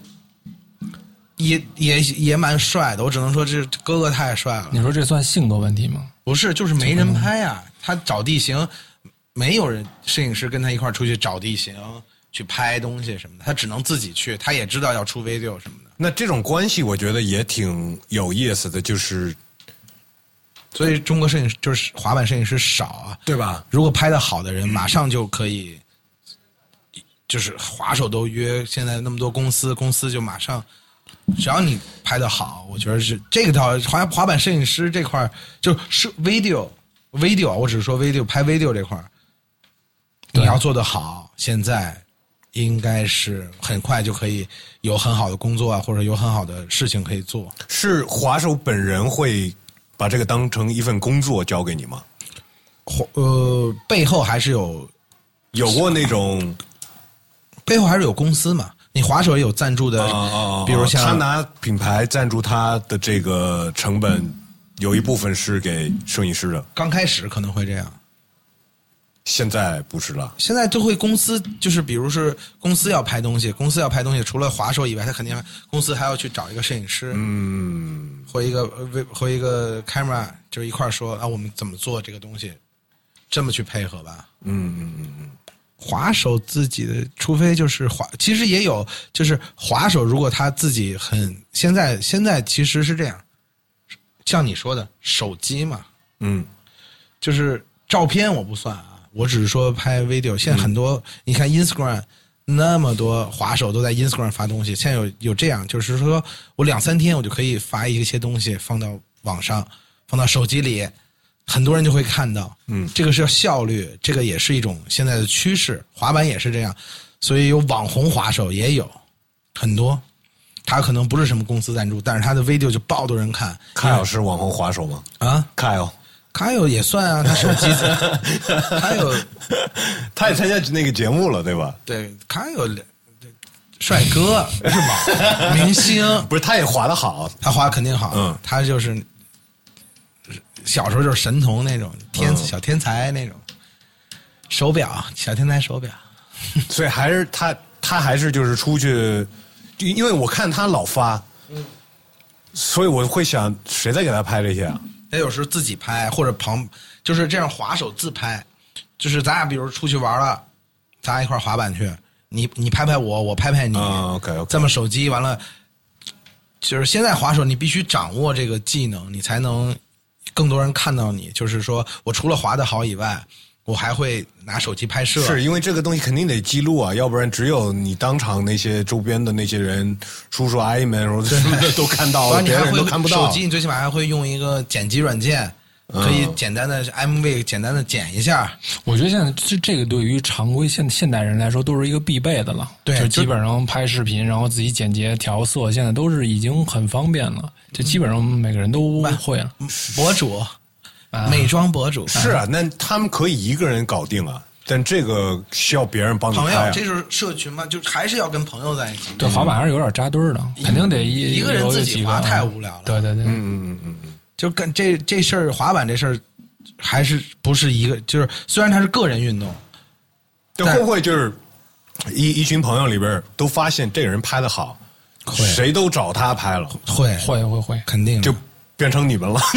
也蛮帅的，我只能说这哥哥太帅了。 你说这算性格问题吗？ 不是，就是没人拍啊。他找地形，没有人摄影师跟他一块出去找地形去拍东西什么的，他只能自己去。他也知道要出 video 什么的。 那这种关系我觉得也挺有意思的，就是所以中国摄影师就是滑板摄影师少啊， 对吧？ 如果拍得好的人，马上就可以，就是滑手都约，现在那么多公司就马上，只要你拍得好，我觉得是这个套滑板摄影师这块就是 video， 我只是说 video 拍 video 这块，你要做得好，现在应该是很快就可以有很好的工作啊，或者有很好的事情可以做。 是滑手本人会把这个当成一份工作交给你吗？ 背后还是有过那种， 背后还是有公司嘛。你滑手也有赞助的，比如像他拿品牌赞助他的这个成本，有一部分是给摄影师的。 刚开始可能会这样， 现在不是了。 现在就会公司就是比如是公司要拍东西，除了滑手以外，他肯定公司还要去找一个摄影师，或一个 camera， 就一块说啊，我们怎么做这个东西，这么去配合吧。滑手自己的，除非就是其实也有，就是滑手如果他自己现在其实是这样，像你说的手机嘛，就是照片我不算啊，我只是说拍 video。现在很多你看 Instagram 那么多滑手都在 Instagram 发东西，现在有这样，就是说我2-3天我就可以发一些东西放到网上，放到手机里。很多人就会看到，这个是要效率，这个也是一种现在的趋势，滑板也是这样，所以有网红滑手也有很多，他可能不是什么公司赞助，但是他的 video 就爆多人看。 Kyle 是网红滑手吗？ 啊 ，Kyle 也算啊，他手机他也参加那个节目了，对吧？ 对，Kyle帅哥是吧？明星嗯不是，他也滑得好， 他滑肯定好，他就是小时候就是神童那种小天才那种，手表小天才手表， 所以还是他还是就是出去，因为我看他老发，所以我会想谁在给他拍这些啊？ 他有时候自己拍，或者就是这样滑手自拍，就是咱俩比如出去玩了，咱俩一块滑板去，你拍拍我，我拍拍你 ，OK， 这么手机完了，就是现在滑手你必须掌握这个技能，你才能更多人看到你。就是说我除了滑得好以外，我还会拿手机拍摄， 是因为这个东西肯定得记录啊，要不然只有你当场那些周边的那些人叔叔阿姨们什么的都看到了，别人都看不到。 手机你最起码还会用一个剪辑软件， 可以简单的 MV 简单的剪一下。 我觉得现在这个对于常规现代人来说都是一个必备的了。 对， 就基本上拍视频，然后自己剪辑调色，现在都是已经很方便了。就基本上每个人都会了。 博主，美妆博主是啊，那他们可以一个人搞定啊。但这个需要别人帮你拍朋友，这是社群嘛，就还是要跟朋友在一起。 对，滑板还是有点扎堆的，肯定得一个人自己滑太无聊了。 对对对， 就跟这事儿，滑板这事儿，还是不是一个？就是虽然它是个人运动， 但会不会就是一群朋友里边都发现这个人拍的好，谁都找他拍了？ 会， 肯定就变成你们了。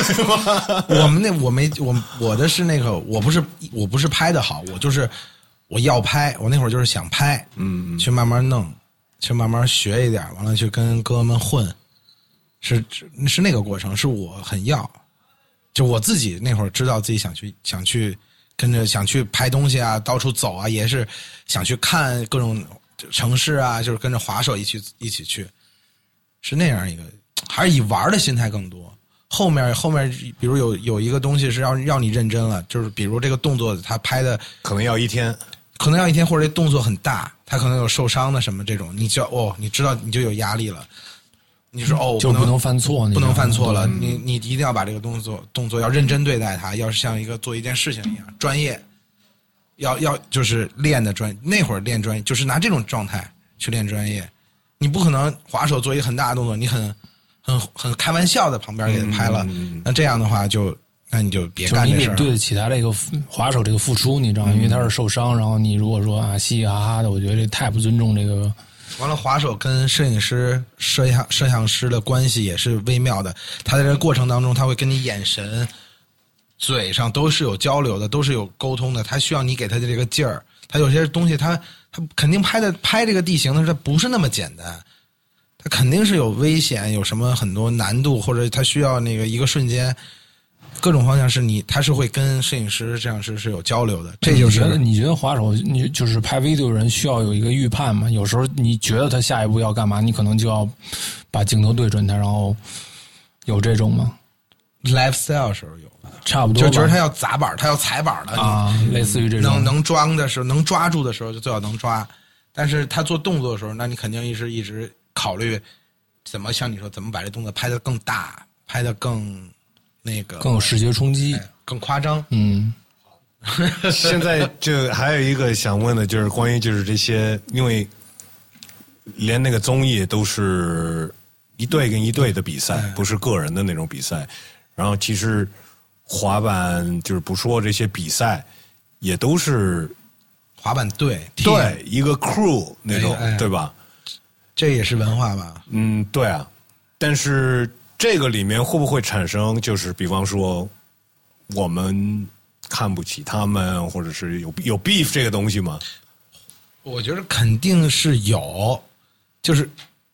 我的是那个，我不是拍的好，我要拍，我那会儿就是想拍，去慢慢弄，去慢慢学一点，完了去跟哥们混，是那个过程，是我很要，就我自己那会儿知道自己想去跟着想去拍东西啊，到处走啊，也是想去看各种城市啊，就是跟着滑手一起去，是那样一个，还是以玩的心态更多。后面，比如有一个东西是让你认真了，就是比如这个动作他拍的可能要一天， 或者这动作很大，他可能有受伤的什么这种，你知道你就有压力了。你说就不能犯错， 不能犯错了，你一定要把这个动作要认真对待它，要像一个做一件事情一样专业，要就是练的专业。那会儿练专业就是拿这种状态去练专业，你不可能滑手做一个很大的动作，你很开玩笑的旁边给他拍了，那这样的话那你就别干这事儿。 你得对得起他这个滑手这个付出，你知道吗？因为他是受伤，然后你如果说嘻嘻哈哈的，我觉得这太不尊重这个。 完了，滑手跟摄影师、摄像师的关系也是微妙的。他在这个过程当中，他会跟你眼神、嘴上都是有交流的，都是有沟通的。他需要你给他的这个劲儿。他有些东西他肯定拍这个地形的时候，他不是那么简单。他肯定是有危险，有什么很多难度，或者他需要那个一个瞬间，各种方向他是会跟摄影师、摄像师是有交流的。这就是你觉得滑手，你就是拍 video 人需要有一个预判吗？有时候你觉得他下一步要干嘛，你可能就要把镜头对准他，然后有这种吗 ？lifestyle 时候有， 差不多就觉得他要砸板，他要踩板了啊，类似于这种能装的时候，能抓住的时候就最好能抓。但是他做动作的时候，那你肯定一直考虑怎么像你说怎么把这动作拍得更大，拍得更那个更有视觉冲击， 更夸张。 现在就还有一个想问的就是关于就是这些，因为连那个综艺都是一队跟一队的比赛，不是个人的那种比赛。然后其实滑板就是不说这些比赛，也都是滑板队对一个 crew 那种，对吧？ 这也是文化吧？ 对啊。但是这个里面会不会产生就是比方说我们看不起他们，或者是有 beef 这个东西吗？ 我觉得肯定是有，就是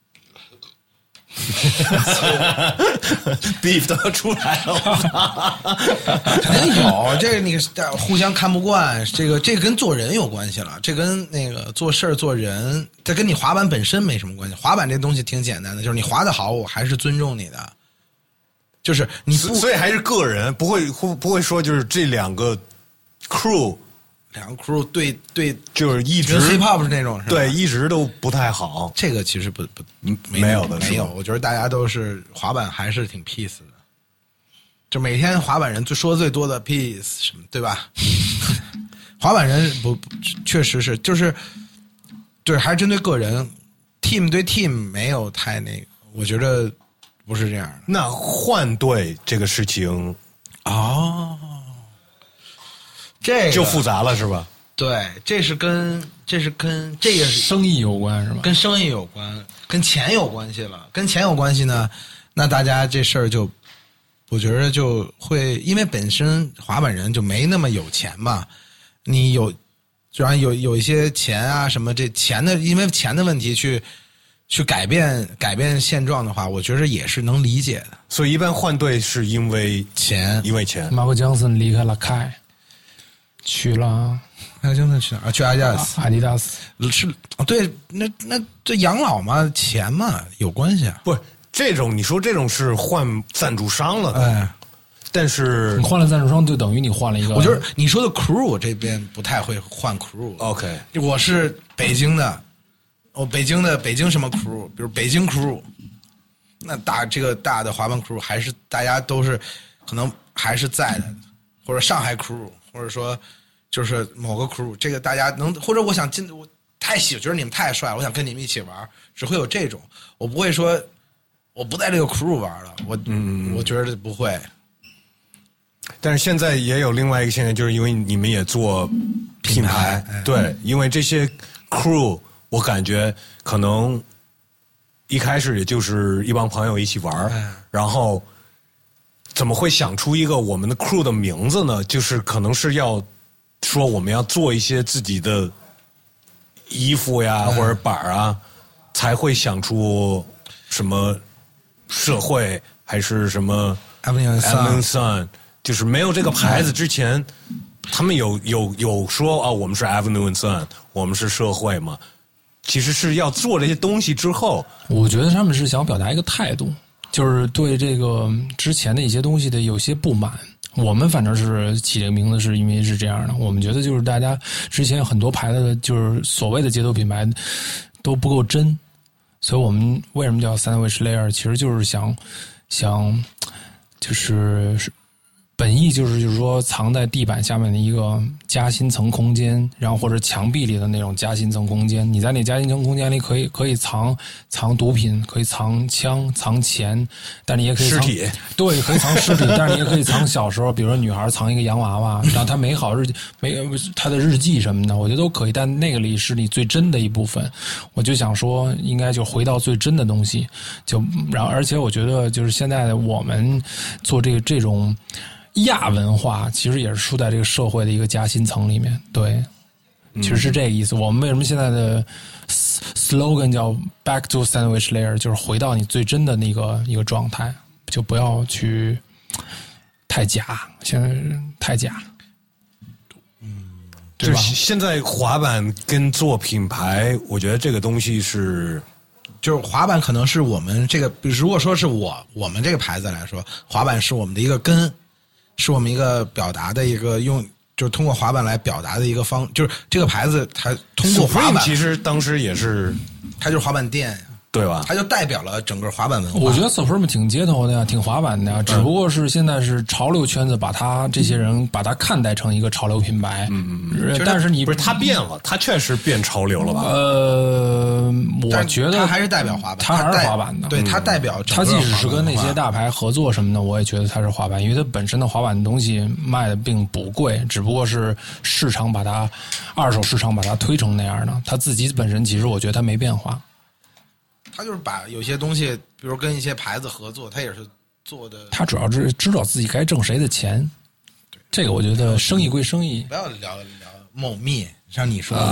beef 都要出来了， 肯定有。这个你互相看不惯，这个跟做人有关系了，这跟那个做事儿做人，这跟你滑板本身没什么关系。滑板这东西挺简单的，就是你滑得好，我还是尊重你的。就是你不， 所以还是个人，不会说就是这两个 crew 对，就是一直 hiphop 是那种，是吧？ 对，一直都不太好。 这个其实没有的， 没有。我觉得大家都是滑板还是挺 peace 的，就每天滑板人说最多的 peace 什么，对吧？滑板人不确实是就是对，还是针对个人 ，team 对 team 没有太那个，我觉得。不是这样的。 那换队这个事情， 这个就复杂了，是吧？ 对，这是跟这个生意有关，是吧？ 跟生意有关，跟钱有关系了。跟钱有关系呢，那大家这事儿就，我觉得就会，因为本身滑板人就没那么有钱嘛，你主要有一些钱啊什么，这钱的，因为钱的问题去改变现状的话，我觉得也是能理解的。 所以一般换队是因为钱。 马克江森离开了开，去了。 马克江森去哪儿？去阿迪达斯。 阿迪达斯是对，那这养老嘛，钱嘛有关系啊。 不是这种，你说这种是换赞助商了的。 但是你换了赞助商，就等于你换了一个。 我就是你说的 crew 这边不太会换 crew。 OK， 我是北京的，北京什么 crew， 比如北京 crew， 那这个大的滑板 crew 还是大家都是可能还是在的，或者上海 crew， 或者说就是某个 crew， 这个大家能，或者我想进，我觉得你们太帅了，我想跟你们一起玩，只会有这种，我不会说我不在这个 crew 玩了，我觉得不会。 但是现在也有另外一个现象，就是因为你们也做品牌，对，因为这些 crew， 我感觉可能一开始也就是一帮朋友一起玩，然后怎么会想出一个我们的 crew 的名字呢？就是可能是要说我们要做一些自己的衣服呀，或者板啊，才会想出什么社会还是什么 Avenue Sun。就是没有这个牌子之前，他们有说啊，我们是 Avenue and Sun， 我们是社会嘛。其实是要做这些东西之后， 我觉得他们是想表达一个态度，就是对这个之前的一些东西的有些不满。我们反正是起这个名字是因为是这样的，我们觉得就是大家之前很多牌子就是所谓的街头品牌都不够真，所以我们为什么叫 Sandwich Layer， 其实就是想就是本意就是说藏在地板下面的一个夹心层空间，然后或者墙壁里的那种夹心层空间。你在那夹心层空间里可以藏毒品，可以藏枪、藏钱，但你也可以藏尸体， 对，可以藏尸体，但是你也可以藏小时候，比如说女孩藏一个洋娃娃，然后她她的日记什么的，我觉得都可以。但那个里是你最真的一部分，我就想说，应该就回到最真的东西。然后，而且我觉得就是现在我们做这种亚文化其实也是处在这个社会的一个夹心层里面，对，其实是这个意思。我们为什么现在的 slogan 叫 Back to Sandwich Layer， 就是回到你最真的那个一个状态，就不要去太假，现在太假。 就是现在滑板跟做品牌，我觉得这个东西是， 就是滑板可能是我们这个，如果说是我们这个牌子来说，滑板是我们的一个根。是我们一个表达的一个就是通过滑板来表达的一个就是这个牌子它通过滑板， 其实当时也是， 它就是滑板店呀， 对吧？ 它就代表了整个滑板文化。 我觉得 Supreme 挺街头的呀，挺滑板的呀，只不过是现在是潮流圈子把这些人把它看待成一个潮流品牌。但是你不是他变了，他确实变潮流了吧？ 我觉得他还是代表滑板， 他还是滑板的。 对，他代表整他个即使是跟那些大牌合作什么的，我也觉得他是滑板，因为他本身的滑板的东西卖的并不贵，只不过是市场把它二手市场把它推成那样的。他自己本身其实我觉得他没变化。 他就是把有些东西，比如跟一些牌子合作，他也是做的。 他主要是知道自己该挣谁的钱。这个我觉得生意归生意。 不要聊某蜜，像你说的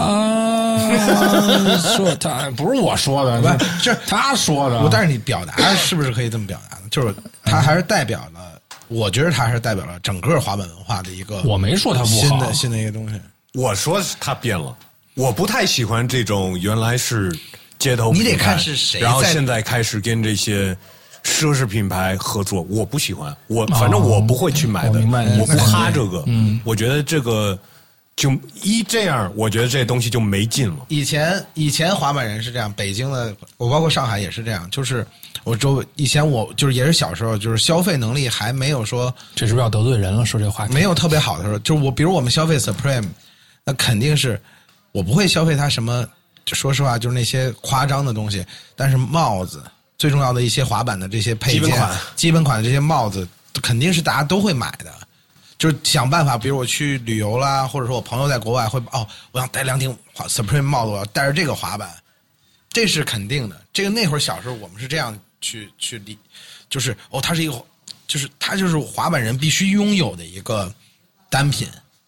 说他不是我说的， 不是他说的。 但是你表达是不是可以这么表达呢？就是他还是代表了，我觉得他还是代表了整个滑板文化的一个。 我没说他不好， 新的一个东西。 我说他变了，我不太喜欢这种原来是街头品牌， 你得看是谁， 然后现在开始跟这些奢侈品牌合作，我不喜欢，反正我不会去买的，我不哈这个，我觉得这个就这样，我觉得这东西就没劲了。 以前滑板人是这样，北京的，我包括上海也是这样，就是以前我就是也是小时候，就是消费能力还没有说， 这是不是要得罪人了？说这话没有特别好的时候，就是比如我们消费 Supreme， 那肯定是我不会消费它什么。就说实话，就是那些夸张的东西，但是帽子最重要的一些滑板的这些配件，基本款的这些帽子，肯定是大家都会买的。就是想办法，比如我去旅游啦，或者说我朋友在国外会我想戴2顶 Supreme 帽子，我要戴着这个滑板，这是肯定的。这个那会儿小时候我们是这样去理，就是它是一个，就是它就是滑板人必须拥有的一个单品。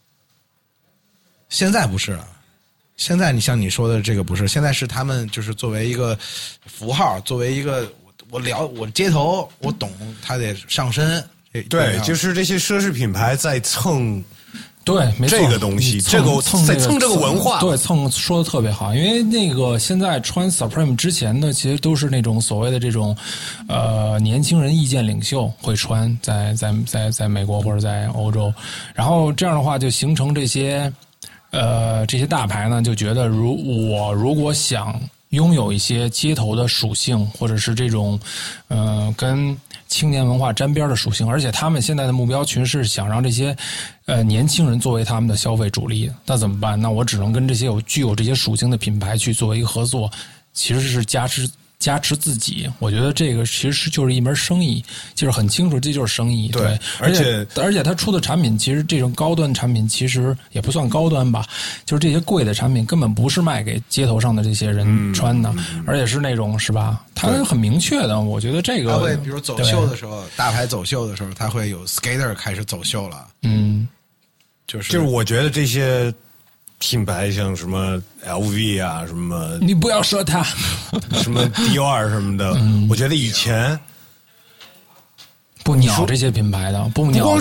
现在不是了。现在你像你说的这个不是，现在是他们就是作为一个符号，作为一个我街头我懂，他得上身。 对，就是这些奢侈品牌在蹭对，没错， 这个东西，这个在蹭这个文化， 对，说的特别好。因为那个现在穿 Supreme 之前的，其实都是那种所谓的这种年轻人意见领袖会穿，在美国或者在欧洲，然后这样的话就形成这些大牌呢，就觉得如果想拥有一些街头的属性，或者是这种跟青年文化沾边的属性，而且他们现在的目标群是想让这些年轻人作为他们的消费主力，那怎么办？那我只能跟这些具有这些属性的品牌去作为一个合作，其实是加持自己。我觉得这个其实就是一门生意，就是很清楚这就是生意。对，而且他出的产品，其实这种高端产品其实也不算高端吧，就是这些贵的产品根本不是卖给街头上的这些人穿的，而且是那种是吧？他很明确的，我觉得这个他会比如走秀的时候，大牌走秀的时候，他会有 skater 开始走秀了。就是我觉得这些品牌像什么 LV 啊，什么你不要说它， 什么 Dior 什么的，我觉得以前不鸟这些品牌的，不光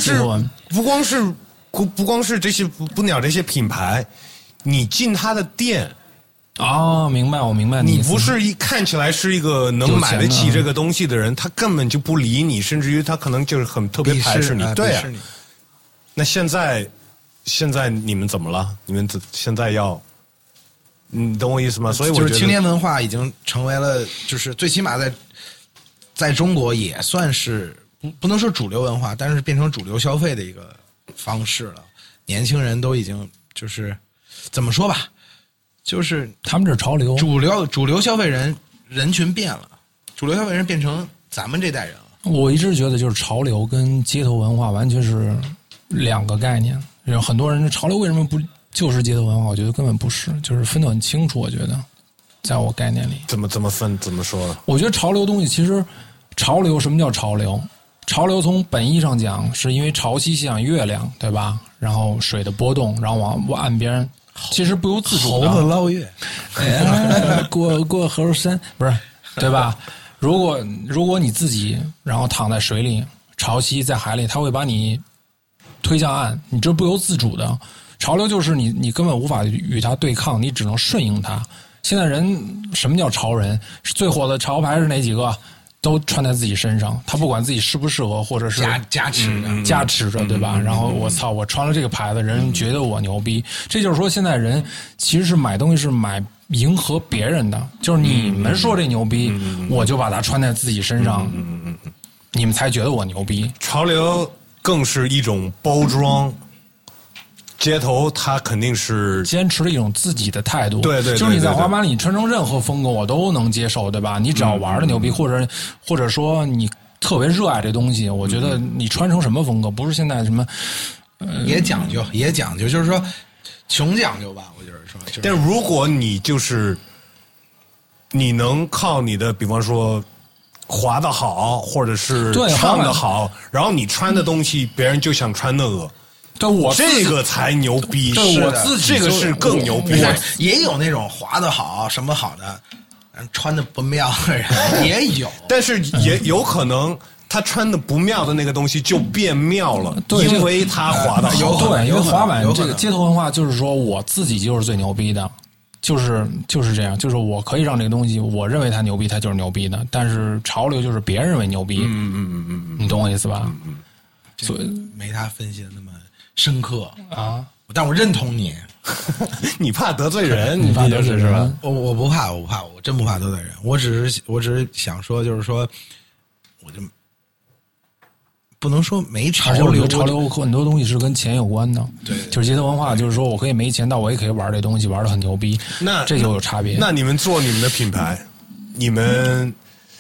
是这些不鸟这些品牌，你进他的店啊，明白，我明白你不是看起来是一个能买得起这个东西的人，他根本就不理你，甚至于他可能就是特别排斥你，对啊。那现在你们怎么了？你们现在要，你懂我意思吗？所以我觉得就是青年文化已经成为了，就是最起码在中国也算是不能说主流文化，但是变成主流消费的一个方式了。年轻人都已经就是怎么说吧，就是他们这是潮流， 主流消费人群变了，主流消费人变成咱们这代人了。 我一直觉得就是潮流跟街头文化完全是两个概念。很多人潮流为什么不就是街头文化？我觉得根本不是，就是分得很清楚。我觉得，在我概念里， 怎么分？怎么说呢？ 我觉得潮流东西其实，潮流什么叫潮流？潮流从本意上讲，是因为潮汐像月亮，对吧？然后水的波动，然后往岸边，其实不由自主的。 猴子捞月， 过河山，不是对吧？如果你自己然后躺在水里，潮汐在海里，它会把你推向岸，你这不由自主的。潮流就是你根本无法与它对抗，你只能顺应它。现在人什么叫潮人？最火的潮牌是哪几个？都穿在自己身上，他不管自己适不适合，或者是加持着，对吧？然后我穿了这个牌子，人觉得我牛逼。这就是说，现在人其实是买东西是买迎合别人的，就是你们说这牛逼，我就把它穿在自己身上，你们才觉得我牛逼。 潮流更是一种包装。街头他肯定是坚持了一种自己的态度， 对， 就是你在滑板里穿成任何风格我都能接受，对吧？你只要玩的牛逼，或者说你特别热爱这东西，我觉得你穿成什么风格，不是现在什么也讲究，就是说穷讲究吧，我就是说。 但如果你就是你能靠你的，比方说滑得好，或者是唱得好，然后你穿的东西别人就想穿那个。 对，我这个才牛逼， 对我自己这个是更牛逼。 也有那种滑得好什么好的，穿的不妙的人也有， 但是也有可能他穿的不妙的那个东西就变妙了，因为他滑得好。 对，因为滑板这个街头文化就是说我自己就是最牛逼的，就是这样，就是我可以让这个东西，我认为它牛逼，它就是牛逼的。但是潮流就是别人认为牛逼，你懂我意思吧？ 所以没他分析的那么深刻啊， 但我认同你。 你怕得罪人， 你怕得罪是吧？ 我不怕，我真不怕得罪人。我只是想说，就是说，我就不能说没潮流。 潮流很多东西是跟钱有关的， 对， 就是街头文化，就是说我可以没钱，但我也可以玩这东西，玩得很牛逼。 那这就有差别。 那你们做你们的品牌，你们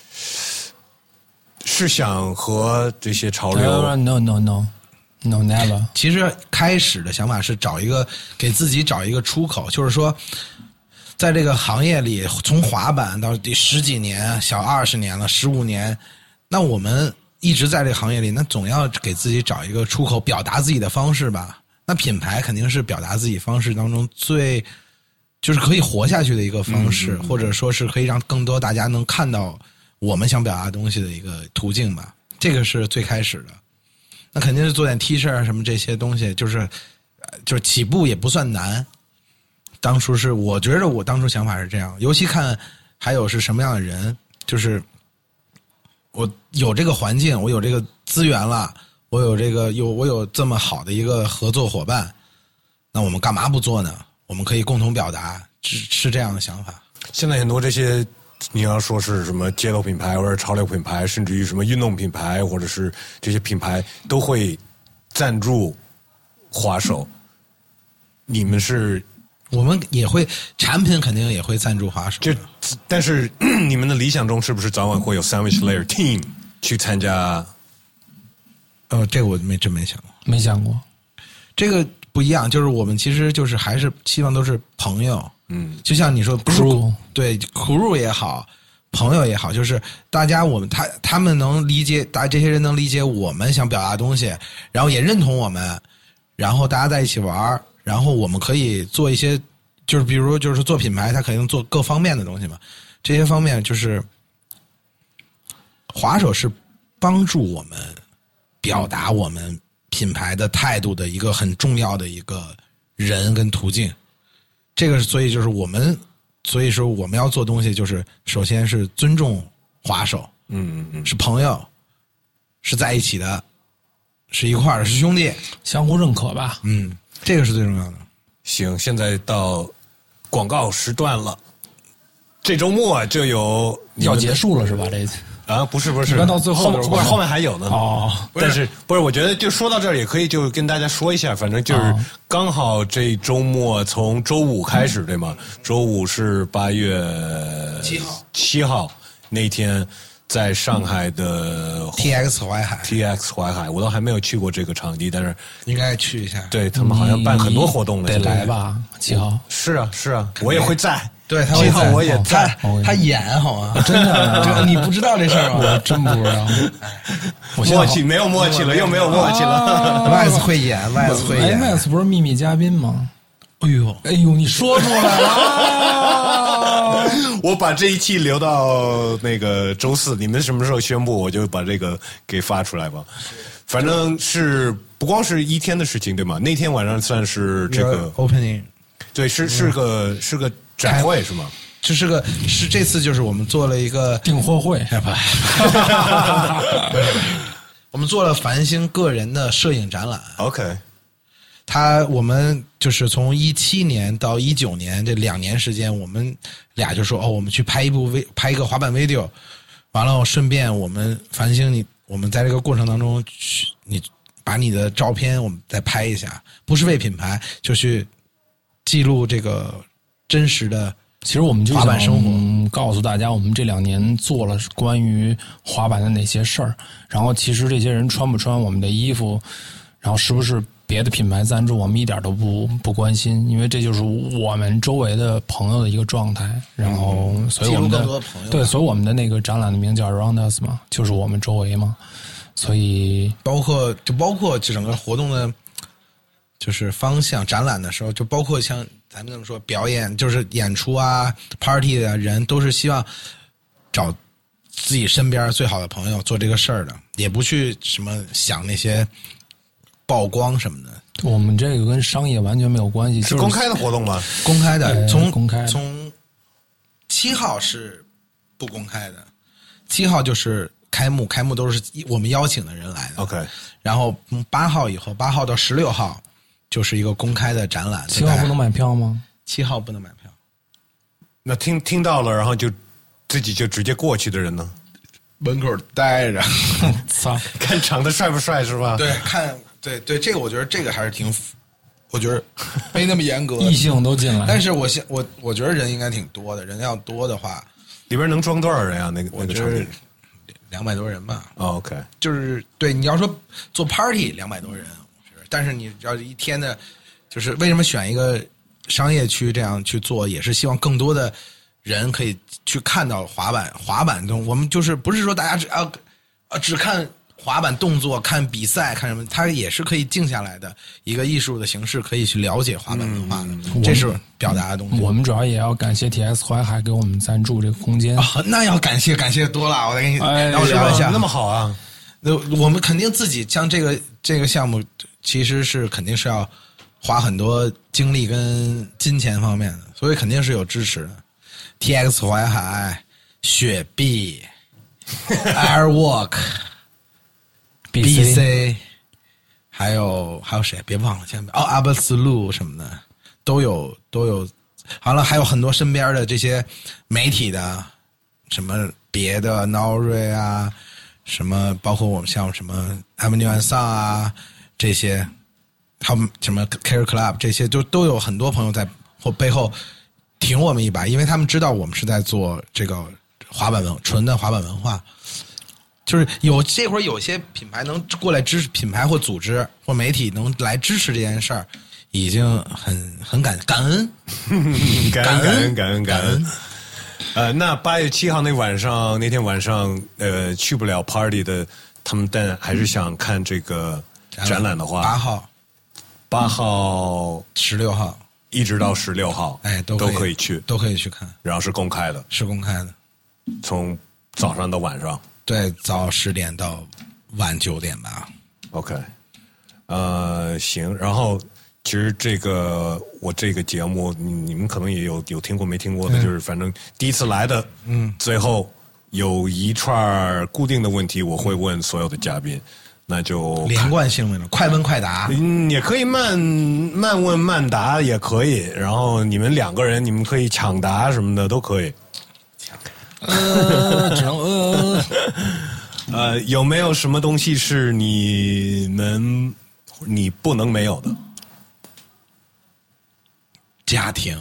是想和这些潮流 ？No, never。 其实开始的想法是给自己找一个出口，就是说，在这个行业里，从滑板到第10几年、小20年了、15年，那我们一直在这个行业里，那总要给自己找一个出口，表达自己的方式吧。那品牌肯定是表达自己方式当中就是可以活下去的一个方式，或者说是可以让更多大家能看到我们想表达的东西的一个途径吧。这个是最开始的。那肯定是做点 T 恤啊什么这些东西，就是就是起步也不算难。当初是我觉得我当初想法是这样，尤其看还有是什么样的人，就是我有这个环境，我有这个资源了，我有这么好的一个合作伙伴，那我们干嘛不做呢？我们可以共同表达，是这样的想法。 现在很多这些你要说是什么街头品牌或者潮流品牌，甚至于什么运动品牌或者是这些品牌都会赞助滑手，你们是？ 我们也会，产品肯定也会赞助滑手。 但是你们的理想中是不是早晚会有 Sandwich Layer Team 去参加？ 这个我真没想过。 没想过。 这个不一样，就是我们其实就是还是希望都是朋友。就像你说 crew， 对 crew 也好，朋友也好，就是大家他们能理解，这些人能理解我们想表达的东西，然后也认同我们，然后大家在一起玩。然后我们可以做一些，就是比如就是做品牌，它肯定做各方面的东西嘛。这些方面就是滑手是帮助我们表达我们品牌的态度的一个很重要的一个人跟途径。这个所以就是所以说我们要做东西，就是首先是尊重滑手，是朋友，是在一起的，是一块儿的，是兄弟， 相互认可吧。 这个是最重要的。 行，现在到广告时段了。这周末就有要结束了是吧？这不是， 一般到最后后面还有呢。但是不是？我觉得就说到这儿也可以，就跟大家说一下，反正就是刚好这周末从周五开始，对吗？周五是8月7号那天。在上海的 TX 淮海，我都还没有去过这个场地，但是应该去一下。 对，他们好像办很多活动呢， 得来吧？7号是啊，我也会在。 对 ，7号我也在。 他演好吗？ 真的？ 你不知道这事儿吗？ 我真不知道。 默契没有默契了，又没有默契了。 Vans 会演，Vans 会演。 Vans 不是秘密嘉宾吗？哎呦，你说出来了！ 我把这一期留到那个周4，你们什么时候宣布，我就把这个给发出来吧。反正是不光是一天的事情，对吗？那天晚上算是这个 opening， 对， 是个展会是吗？ 是这次就是我们做了一个订货会， 我们做了繁星个人的摄影展览。 OK。 我们就是从17年到19年这2年时间，我们俩就说我们去拍一个滑板 video， 完了顺便我们繁星我们在这个过程当中你把你的照片我们再拍一下，不是为品牌，就去记录这个真实的。 其实我们就想告诉大家，我们这2年做了关于滑板的哪些事儿，然后其实这些人穿不穿我们的衣服，然后是不是别的品牌赞助，我们一点都不关心，因为这就是我们周围的朋友的一个状态。然后，所以我们的对，所以我们的那个展览的名叫 Around Us 嘛，就是我们周围嘛。所以包括整个活动的，就是方向，展览的时候，就包括像咱们这么说表演，就是演出啊、party 的人，都是希望找自己身边最好的朋友做这个事儿的，也不去什么想那些曝光什么的。我们这个跟商业完全没有关系， 是公开的活动吗？ 公开的，从7号是不公开的，7号就是开幕都是我们邀请的人来的。 OK， 然后8号以后，8号到16号就是一个公开的展览。 7号不能买票吗 ？7号不能买票。 那听到了，然后就自己就直接过去的人呢？ 门口待着， 操， 看长得帅不帅是吧？ 对，对，这个我觉得这个还是我觉得没那么严格， 异性都进来。 但是我觉得人应该挺多的，人要多的话， 里边能装多少人啊？那个场地 200多人吧。 OK， 就是对你要说做 party 200多人，但是你要一天的，就是为什么选一个商业区这样去做，也是希望更多的人可以去看到滑板中，我们就是不是说大家只看滑板动作、看比赛、看什么，它也是可以静下来的一个艺术的形式，可以去了解滑板文化的，这是表达的东西。我们主要也要感谢 TX 淮海给我们赞助这个空间。那要感谢多了，我再跟你让我聊一下。 那么好啊！ 那我们肯定自己像这个项目，其实是肯定是要花很多精力跟金钱方面的，所以肯定是有支持的。TX 淮海、雪碧、Airwalk、BC， 还有谁？别忘了前面Absolute 什么的都有。完了，还有很多身边的这些媒体的，什么别的 Nori 啊，什么包括我们像什么 Avenue and Sun 啊这些。他们什么 Care Club 这些都有很多朋友在背后挺我们一把，因为他们知道我们是在做这个纯的滑板文化，就是这会儿有些品牌能过来支持，品牌或组织或媒体能来支持这件事儿，已经很感恩， 感恩。那8月7号那天晚上去不了 party 的，他们但还是想看这个展览的话，8号、 16号一直到16号，都可以去， 都可以去看。然后是公开的，从早上到晚上。 对，早10点到晚9点吧。 OK， 行。然后其实我这个节目，你们可能也有听过没听过的，就是反正第一次来的，最后有一串固定的问题，我会问所有的嘉宾。那就连贯性的快问快答， 也可以慢问慢答也可以，然后你们2个人你们可以抢答什么的都可以。 只能有没有什么东西是你不能没有的？ 家庭，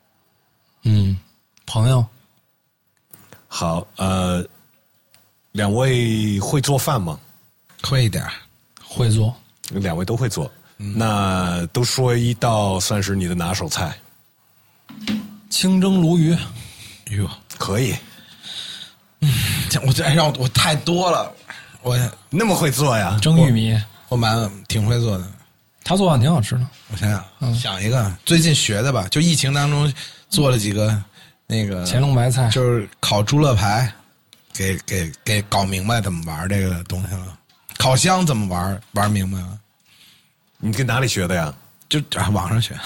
朋友。 好，2位会做饭吗？ 会一点， 会做 ，2位都会做。那都说一道算是你的拿手菜。 清蒸鲈鱼， 哟， 可以。 我太多了，我那么会做呀？ 蒸玉米， 我挺会做的。 他做饭挺好吃的。 我想想一个最近学的吧，就疫情当中做了几个那个乾隆白菜， 就是烤猪肋排，给搞明白怎么玩这个东西了。烤箱怎么玩明白了？ 你跟哪里学的呀？ 就网上学。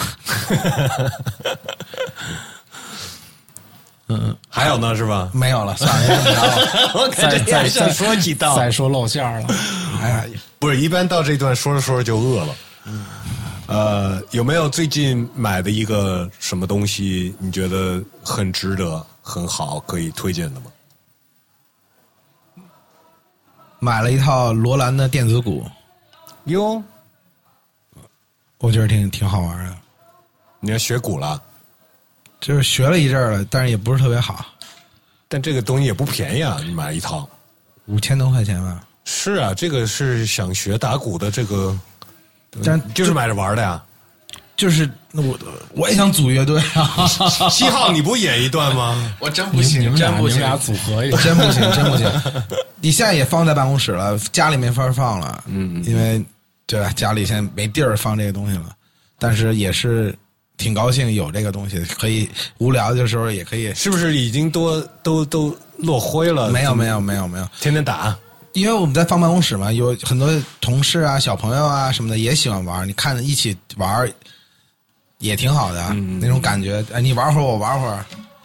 还有呢是吧？ 没有了，算了。 我感觉再说几道， 再说露馅了。 哎呀， 不是，一般到这段说着说着就饿了。有没有最近买的一个什么东西，你觉得很值得、很好，可以推荐的吗？ 买了一套罗兰的电子鼓， 哟， 我觉得挺好玩的。 你要学鼓了？ 就是学了一阵了，但是也不是特别好。 但这个东西也不便宜啊，你买一套 5000多块钱吧？ 是啊，这个是想学打鼓的这个， 但就是买着玩的呀。 就是我也想组乐队啊。 7号你不演一段吗？ 我真不行， 你们俩组合一个， 真不行。你现在也放在办公室了，家里没法放了，因为对吧？家里现在没地儿放这个东西了，但是也是挺高兴有这个东西，可以无聊的时候也可以。 是不是已经都落灰了？ 没有， 天天打。 因为我们在放办公室嘛，有很多同事啊、小朋友啊什么的也喜欢玩，你看着一起玩也挺好的，那种感觉。你玩会儿，我玩会儿。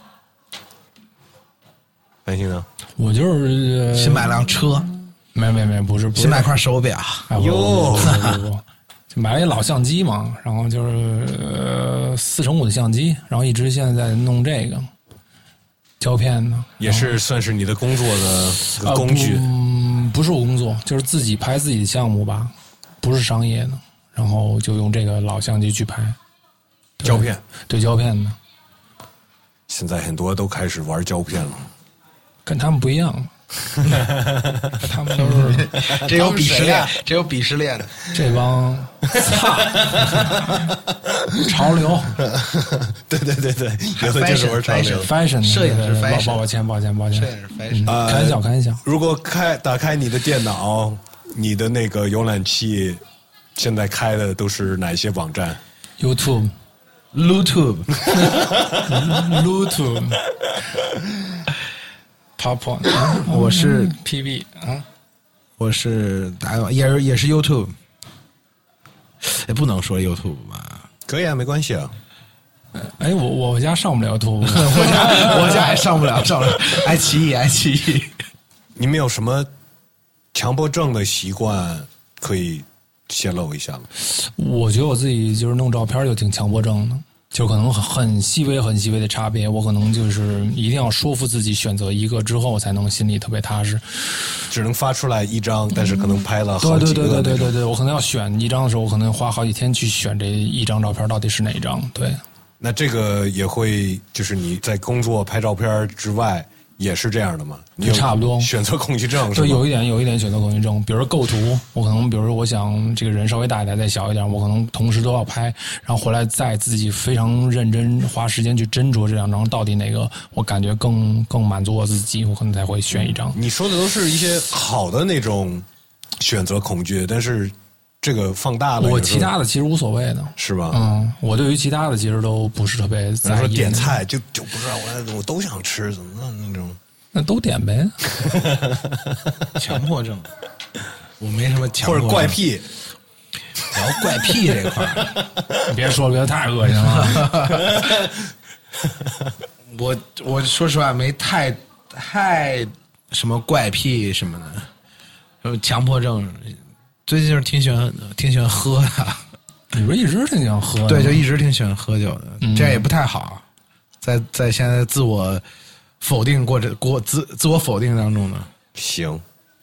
安心呢？ 我就是新买辆车， 没，不是新买块手表。 哟，就买了一老相机嘛，然后就是4:5的相机，然后一直现在在弄这个胶片呢， 也是算是你的工作的工具。 不是我工作，就是自己拍自己的项目吧，不是商业的，然后就用这个老相机去拍胶片， 对胶片的。 现在很多都开始玩胶片了， 跟他们不一样。他们都是这有鄙视链，这有鄙视链的这帮潮流。 对，有的就是玩潮流 fashion， 摄影师 fashion， 抱歉， 摄影师 fashion。 开玩笑。 如果打开你的电脑，你的那个浏览器，现在开的都是哪些网站 ？YouTube。 Pop， 我是 PB 啊， 我是也是 YouTube，也不能说 YouTube 吧， 可以啊，没关系啊。 哎，我家上不了图， 我家也上不了，爱奇艺。 你们有什么强迫症的习惯可以泄露一下吗？ 我觉得我自己就是弄照片就挺强迫症的，就可能很细微的差别，我可能就是一定要说服自己选择一个之后，才能心里特别踏实。 只能发出来一张，但是可能拍了好几个。 对，我可能要选一张的时候，我可能花好几天去选这一张照片到底是哪一张。对， 那这个也会就是你在工作拍照片之外也是这样的吗？你有差不多选择恐惧症是吗？ 对，有一点选择恐惧症。比如说构图，我可能比如说我想这个人稍微大一点再小一点，我可能同时都要拍，然后回来再自己非常认真花时间去斟酌这两张到底哪个我感觉更满足我自己，我可能才会选一张。 你说的都是一些好的那种选择恐惧，但是这个放大了， 我其他的其实无所谓的， 是吧？ 我对于其他的其实都不是特别在意。 说点菜就不知道我都想吃，怎么那种？ 那都点呗。 强迫症，我没什么强迫症， 或者怪癖。 聊怪癖这块儿， 你别说了，别太恶心了。 我说实话没太什么怪癖什么的，强迫症。最近就是挺喜欢喝的。 你不是一直挺喜欢喝的？ 对，就一直挺喜欢喝酒的，这样也不太好。在现在自我否定自我否定当中呢。 行，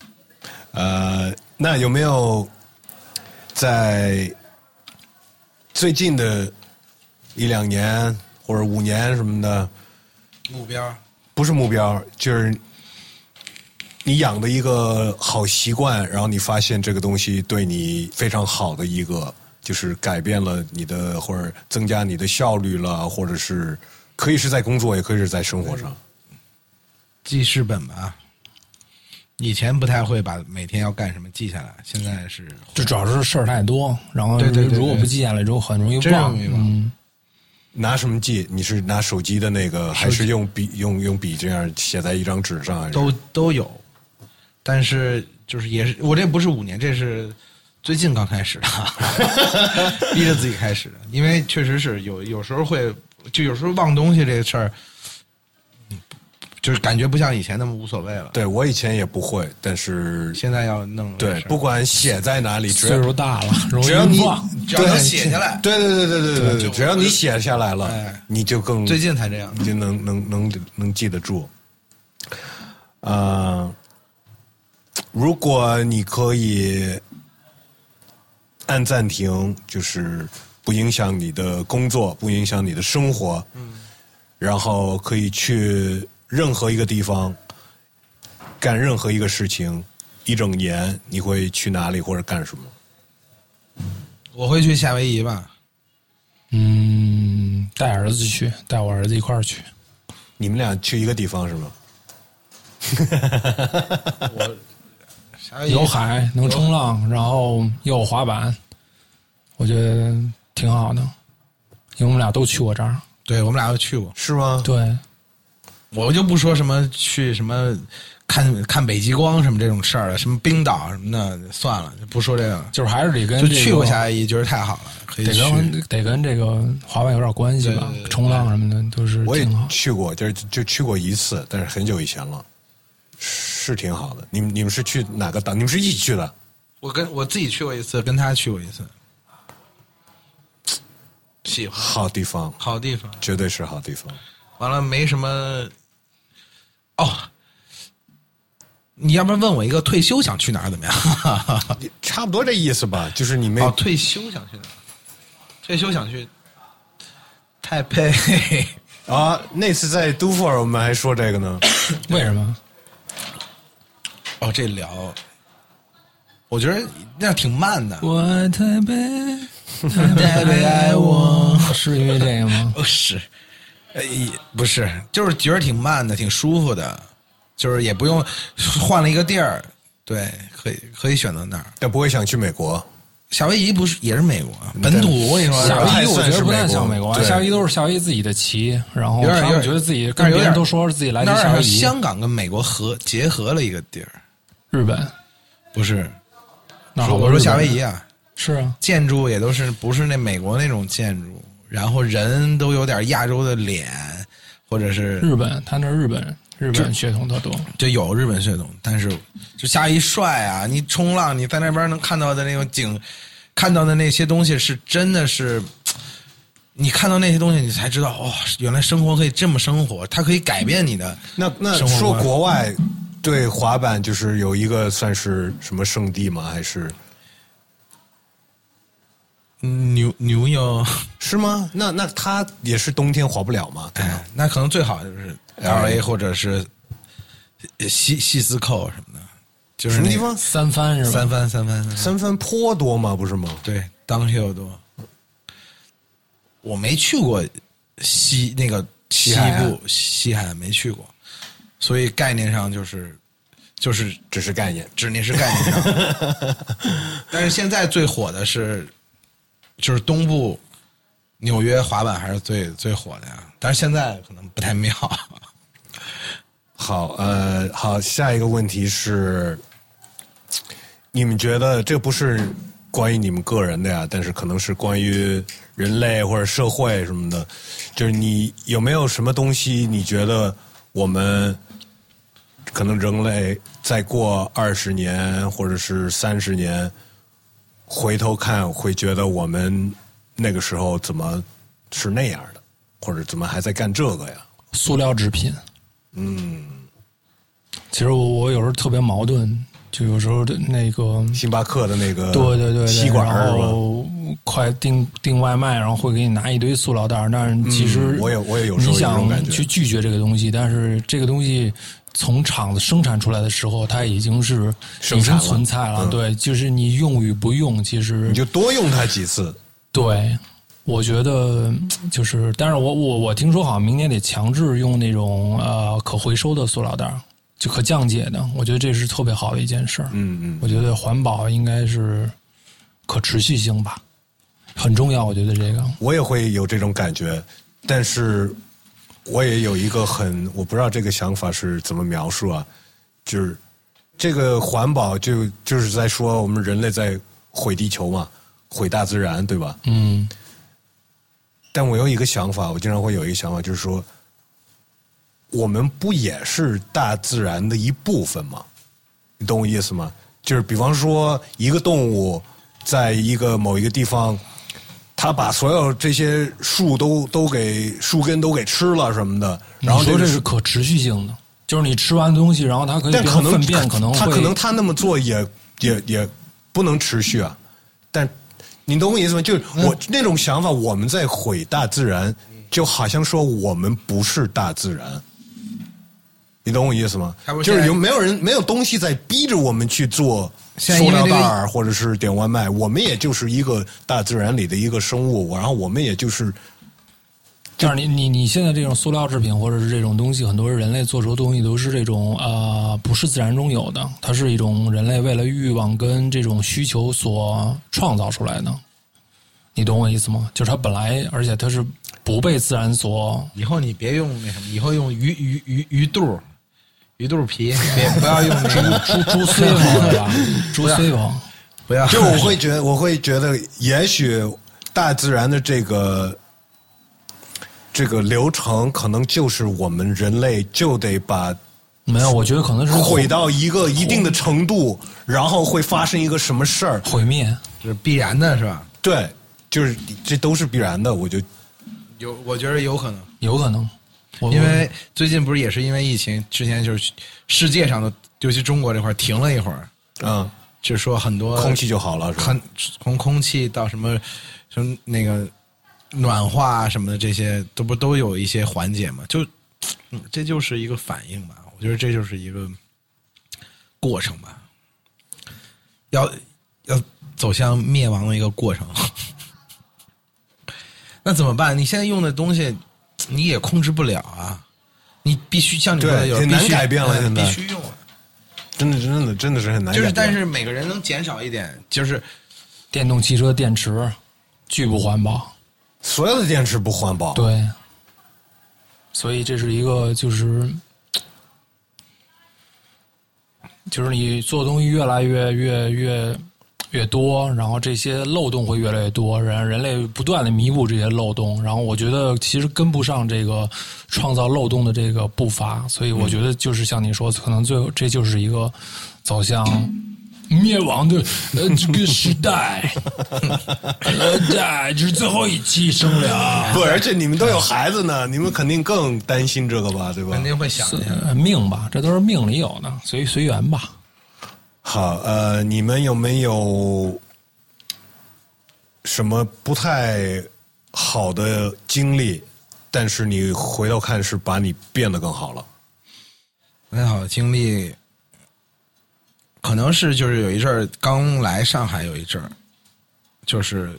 那有没有在最近的1-2年或者5年什么的目标？ 不是目标，就是你养的一个好习惯，然后你发现这个东西对你非常好的一个，就是改变了你的或者增加你的效率了，或者是可以是在工作，也可以是在生活上。 记事本吧，以前不太会把每天要干什么记下来，现在是就主要是事儿太多，然后如果不记下来之后很容易忘。 拿什么记？你是拿手机的那个，还是用笔这样写在一张纸上？ 都有，但是就是也是我这不是5年，这是最近刚开始的，逼着自己开始的，因为确实是有时候会有时候忘东西这个事儿。就是感觉不像以前那么无所谓了。 对，我以前也不会，但是现在要弄。 对，不管写在哪里， 岁数大了， 只要你写下来， 对，只要你写下来了，你就更最近才这样， 你就能记得住。如果你可以按暂停，就是不影响你的工作，不影响你的生活，然后可以去任何一个地方干任何一个事情1整年，你会去哪里或者干什么？ 我会去夏威夷吧。 带儿子去，带我儿子一块儿去。 你们俩去一个地方是吗？ 我夏威夷有海，能冲浪，然后又有滑板，我觉得挺好的。因为我们俩都去过这儿。 对，我们俩都去过。 是吗？ 对。 我就不说什么去什么看北极光什么这种事儿了，什么冰岛什么的，算了，不说这个了。 就是还是得跟就去过夏威夷，觉得太好了，可以去。 得跟这个滑板有点关系吧，冲浪什么的都是挺好。 我也去过，就去过一次，但是很久以前了，是挺好的。你们是去哪个岛？你们是一起去的？ 我自己去过一次，跟他去过一次。喜欢好地方， 好地方， 绝对是好地方。 完了没什么。哦，你要不然问我一个退休想去哪儿怎么样？ 差不多这意思吧，就是你没退休想去哪儿？退休想去泰北啊。那次在都佛尔我们还说这个呢。 为什么？ 哦，这聊，我觉得那样挺慢的。 我台北， 台北爱我， 是因为这个吗？ 不是。不是，就是觉得挺慢的，挺舒服的，就是也不用换了一个地儿，对，可以选择那儿。 但不会想去美国。 夏威夷不是也是美国本土？我跟你说， 夏威夷我觉得不太像美国，夏威夷都是夏威夷自己的旗，然后他们觉得自己跟别人都说自己来自夏威夷。 香港跟美国结合了一个地儿。 日本不是，我说夏威夷啊。 是啊， 建筑也都是不是那美国那种建筑，然后人都有点亚洲的脸，或者是日本，他那日本血统特多， 就有日本血统，但是就下一帅啊！你冲浪，你在那边能看到的那种景，看到的那些东西是真的是，你看到那些东西，你才知道哦，原来生活可以这么生活，它可以改变你的。 那说国外对滑板就是有一个算是什么圣地吗？还是？ 牛有是吗？那他也是冬天滑不了吗？ 那可能最好就是 LA 或者是西斯扣什么的，就是什么地方？ 三藩是吧？ 三藩坡多吗？不是吗？ 对，downhill多。我没去过西部西海岸没去过，所以概念上就是只是概念， 你是概念上。但是现在最火的就是东部纽约滑板还是最火的呀，但是现在可能不太妙。 好，下一个问题是，你们觉得这不是关于你们个人的呀，但是可能是关于人类或者社会什么的，就是你有没有什么东西你觉得我们可能人类再过20年或者是30年回头看会觉得我们那个时候怎么是那样的，或者怎么还在干这个呀？ 塑料制品。其实我有时候特别矛盾，就有时候那个星巴克的那个对吸管然后快订外卖，然后会给你拿一堆塑料袋，但是其实我也有时候有这种感觉， 你想去拒绝这个东西，但是这个东西从厂子生产出来的时候，它已经存在了。对，就是你用与不用，其实你就多用它几次。 对，我觉得就是，但是我听说好像明年得强制用那种可回收的塑料袋，就可降解的。我觉得这是特别好的一件事。我觉得环保应该是可持续性吧，很重要。我觉得这个我也会有这种感觉，但是我也有一个我不知道这个想法是怎么描述啊，就是这个环保就是在说我们人类在毁地球嘛，毁大自然，对吧？但我有一个想法，我经常会有一个想法，就是说我们不也是大自然的一部分吗？你懂我意思吗？就是比方说一个动物在某一个地方，它把所有这些树树根都给吃了什么的，然后你说这是可持续性的，就是你吃完东西，然后它可以变成粪便，可能它那么做也不能持续啊。但你懂我意思吗？就是我那种想法，我们在毁大自然，就好像说我们不是大自然。你懂我意思吗？就是没有东西在逼着我们去做塑料袋或者是点外卖，我们也就是一个大自然里的一个生物，然后我们也就是。 但是你现在这种塑料制品或者是这种东西，很多人类做出的东西都是这种不是自然中有的，它是一种人类为了欲望跟这种需求所创造出来的。你懂我意思吗？就是它本来，而且它是不被自然所。 以后你别用那什么，以后用鱼肚皮，不要用那个猪碎嘛，对吧？猪碎嘛， 不要。 就我会觉得，也许大自然的这个流程，可能就是我们人类就得把。 没有，我觉得可能是毁到一个一定的程度，然后会发生一个什么事儿， 毁灭， 这是必然的，是吧？ 对，就是这都是必然的，我觉得有可能， 有可能， 因为最近不是也是因为疫情，之前就是世界上的，尤其中国这块停了一会儿，就是说很多空气就好了，是吧？ 从空气到什么那个暖化什么的，这些都有一些缓解嘛，这就是一个反应吧。我觉得这就是一个过程吧，要走向灭亡的一个过程。那怎么办？你现在用的东西你也控制不了啊，你必须像你说的有很难改变了，现在必须用啊，真的是很难改变。 但是每个人能减少一点，就是电动汽车电池巨不环保， 所有的电池不环保， 对，所以这是一个就是你做东西越来越越多，然后这些漏洞会越来越多，人类不断的弥补这些漏洞，然后我觉得其实跟不上这个创造漏洞的这个步伐，所以我觉得就是像你说，可能最后这就是一个走向灭亡的这个时代。这是最后一期生了， 不，而且你们都有孩子呢，你们肯定更担心这个吧，对吧？ 肯定会想一下命吧，这都是命里有的，随缘吧。 好，你们有没有什么不太好的经历，但是你回头看是把你变得更好了？ 不太好的经历，可能是就是有一阵儿刚来上海，有一阵儿，就是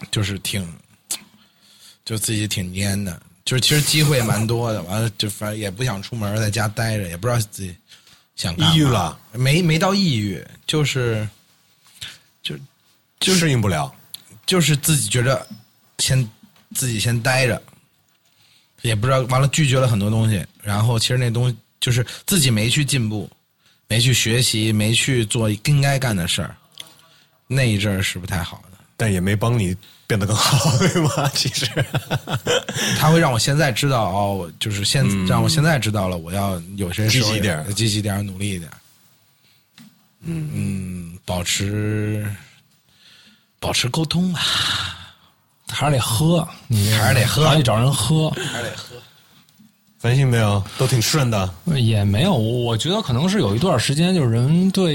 就自己挺蔫的，就是其实机会蛮多的，完了就反正也不想出门，在家待着，也不知道自己想干嘛。 抑郁了？ 没到抑郁，就适应不了， 就是自己觉得自己先待着，也不知道，完了拒绝了很多东西，然后其实那东西就是自己没去进步，没去学习，没去做应该干的事儿，那一阵儿是不太好的， 但也没帮你变得更好，对吗？其实他会让我现在知道哦，就是让我现在知道了，我要有些时候积极点，努力一点。保持沟通吧， 还是得喝，你还是得喝， 还得找人喝， 还是得喝。 烦心没有？都挺顺的。 也没有，我觉得可能是有一段时间，就是人对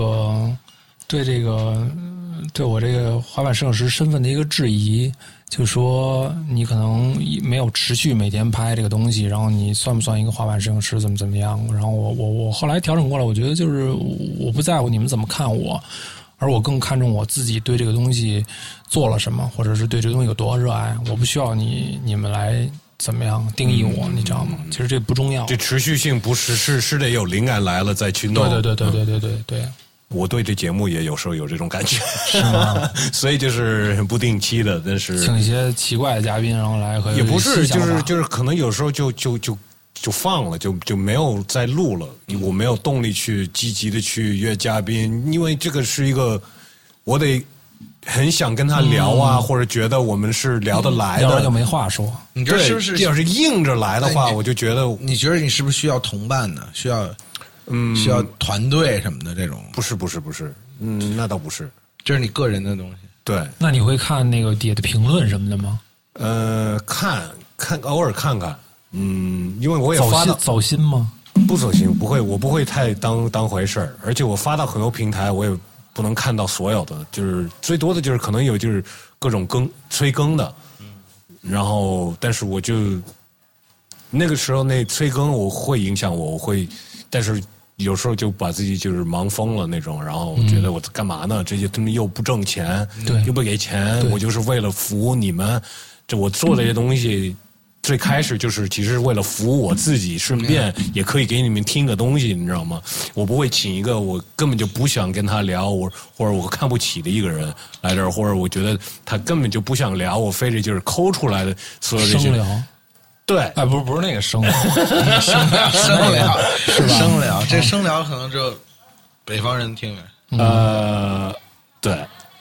我这个滑板摄影师身份的一个质疑，就说你可能没有持续每天拍这个东西，然后你算不算一个滑板摄影师，怎么样？然后我后来调整过来，我觉得就是我不在乎你们怎么看我，而我更看重我自己对这个东西做了什么，或者是对这个东西有多热爱。我不需要你们来怎么样定义我，你知道吗？其实这不重要。 这持续性不是得有灵感来了再去弄。 对。 我对这节目也有时候有这种感觉， 是吗？ 所以就是不定期的，但是请一些奇怪的嘉宾，然后来和也不是，就是可能有时候就放了，就没有再录了。我没有动力去积极的去约嘉宾，因为这个是一个我得很想跟他聊啊，或者觉得我们是聊得来的， 要不然就没话说。 你这是不是要是硬着来的话，我就觉得你觉得你是不是需要同伴呢？需要团队什么的这种？ 不是，那倒不是， 这是你个人的东西。 对， 那你会看那个底下的评论什么的吗？ 看，偶尔看看。因为我也发到走心吗？ 不走心，不会，我不会太当回事儿，而且我发到很多平台，我也不能看到所有的，就是最多的就是可能有就是各种催更的，然后但是我就那个时候那催更我会影响我会，但是有时候就把自己就是忙疯了那种，然后觉得我干嘛呢？这些他们又不挣钱，又不给钱，我就是为了服务你们，这我做这些东西。最开始就是其实为了服务我自己，顺便也可以给你们听个东西，你知道吗？我不会请一个我根本就不想跟他聊，或者我看不起的一个人来这儿，或者我觉得他根本就不想聊，我非得就是抠出来的所有这些。 生聊， 对， 哎，不是那个生聊， 生聊是吧？ 生聊，这生聊可能只有北方人听。 对。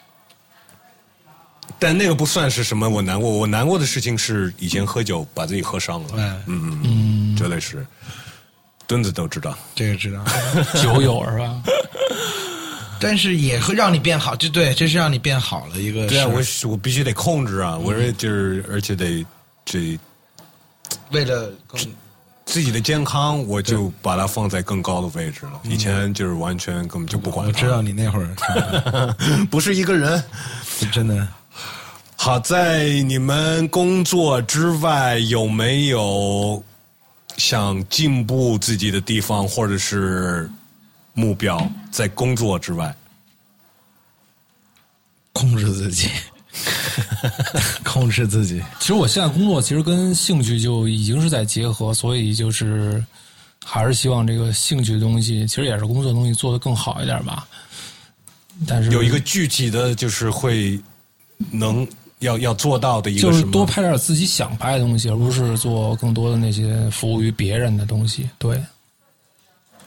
但那个不算是什么我难过，我难过的事情是以前喝酒把自己喝伤了。绝对是，墩子都知道， 这个知道， 酒友是吧？ 但是也会让你变好，就对，这是让你变好了一个。 对啊，我必须得控制啊，我这就是而且得为了自己的健康，我就把它放在更高的位置了。以前就是完全根本就不管。 我知道你那会儿不是一个人， 真的。 好，在你们工作之外，有没有想进步自己的地方，或者是目标？在工作之外， 控制自己，控制自己。 其实我现在工作其实跟兴趣就已经是在结合，所以就是还是希望这个兴趣的东西，其实也是工作的东西做得更好一点吧。但是有一个具体的就是会能。要做到的一个就是多拍点自己想拍的东西，而不是做更多的那些服务于别人的东西。对，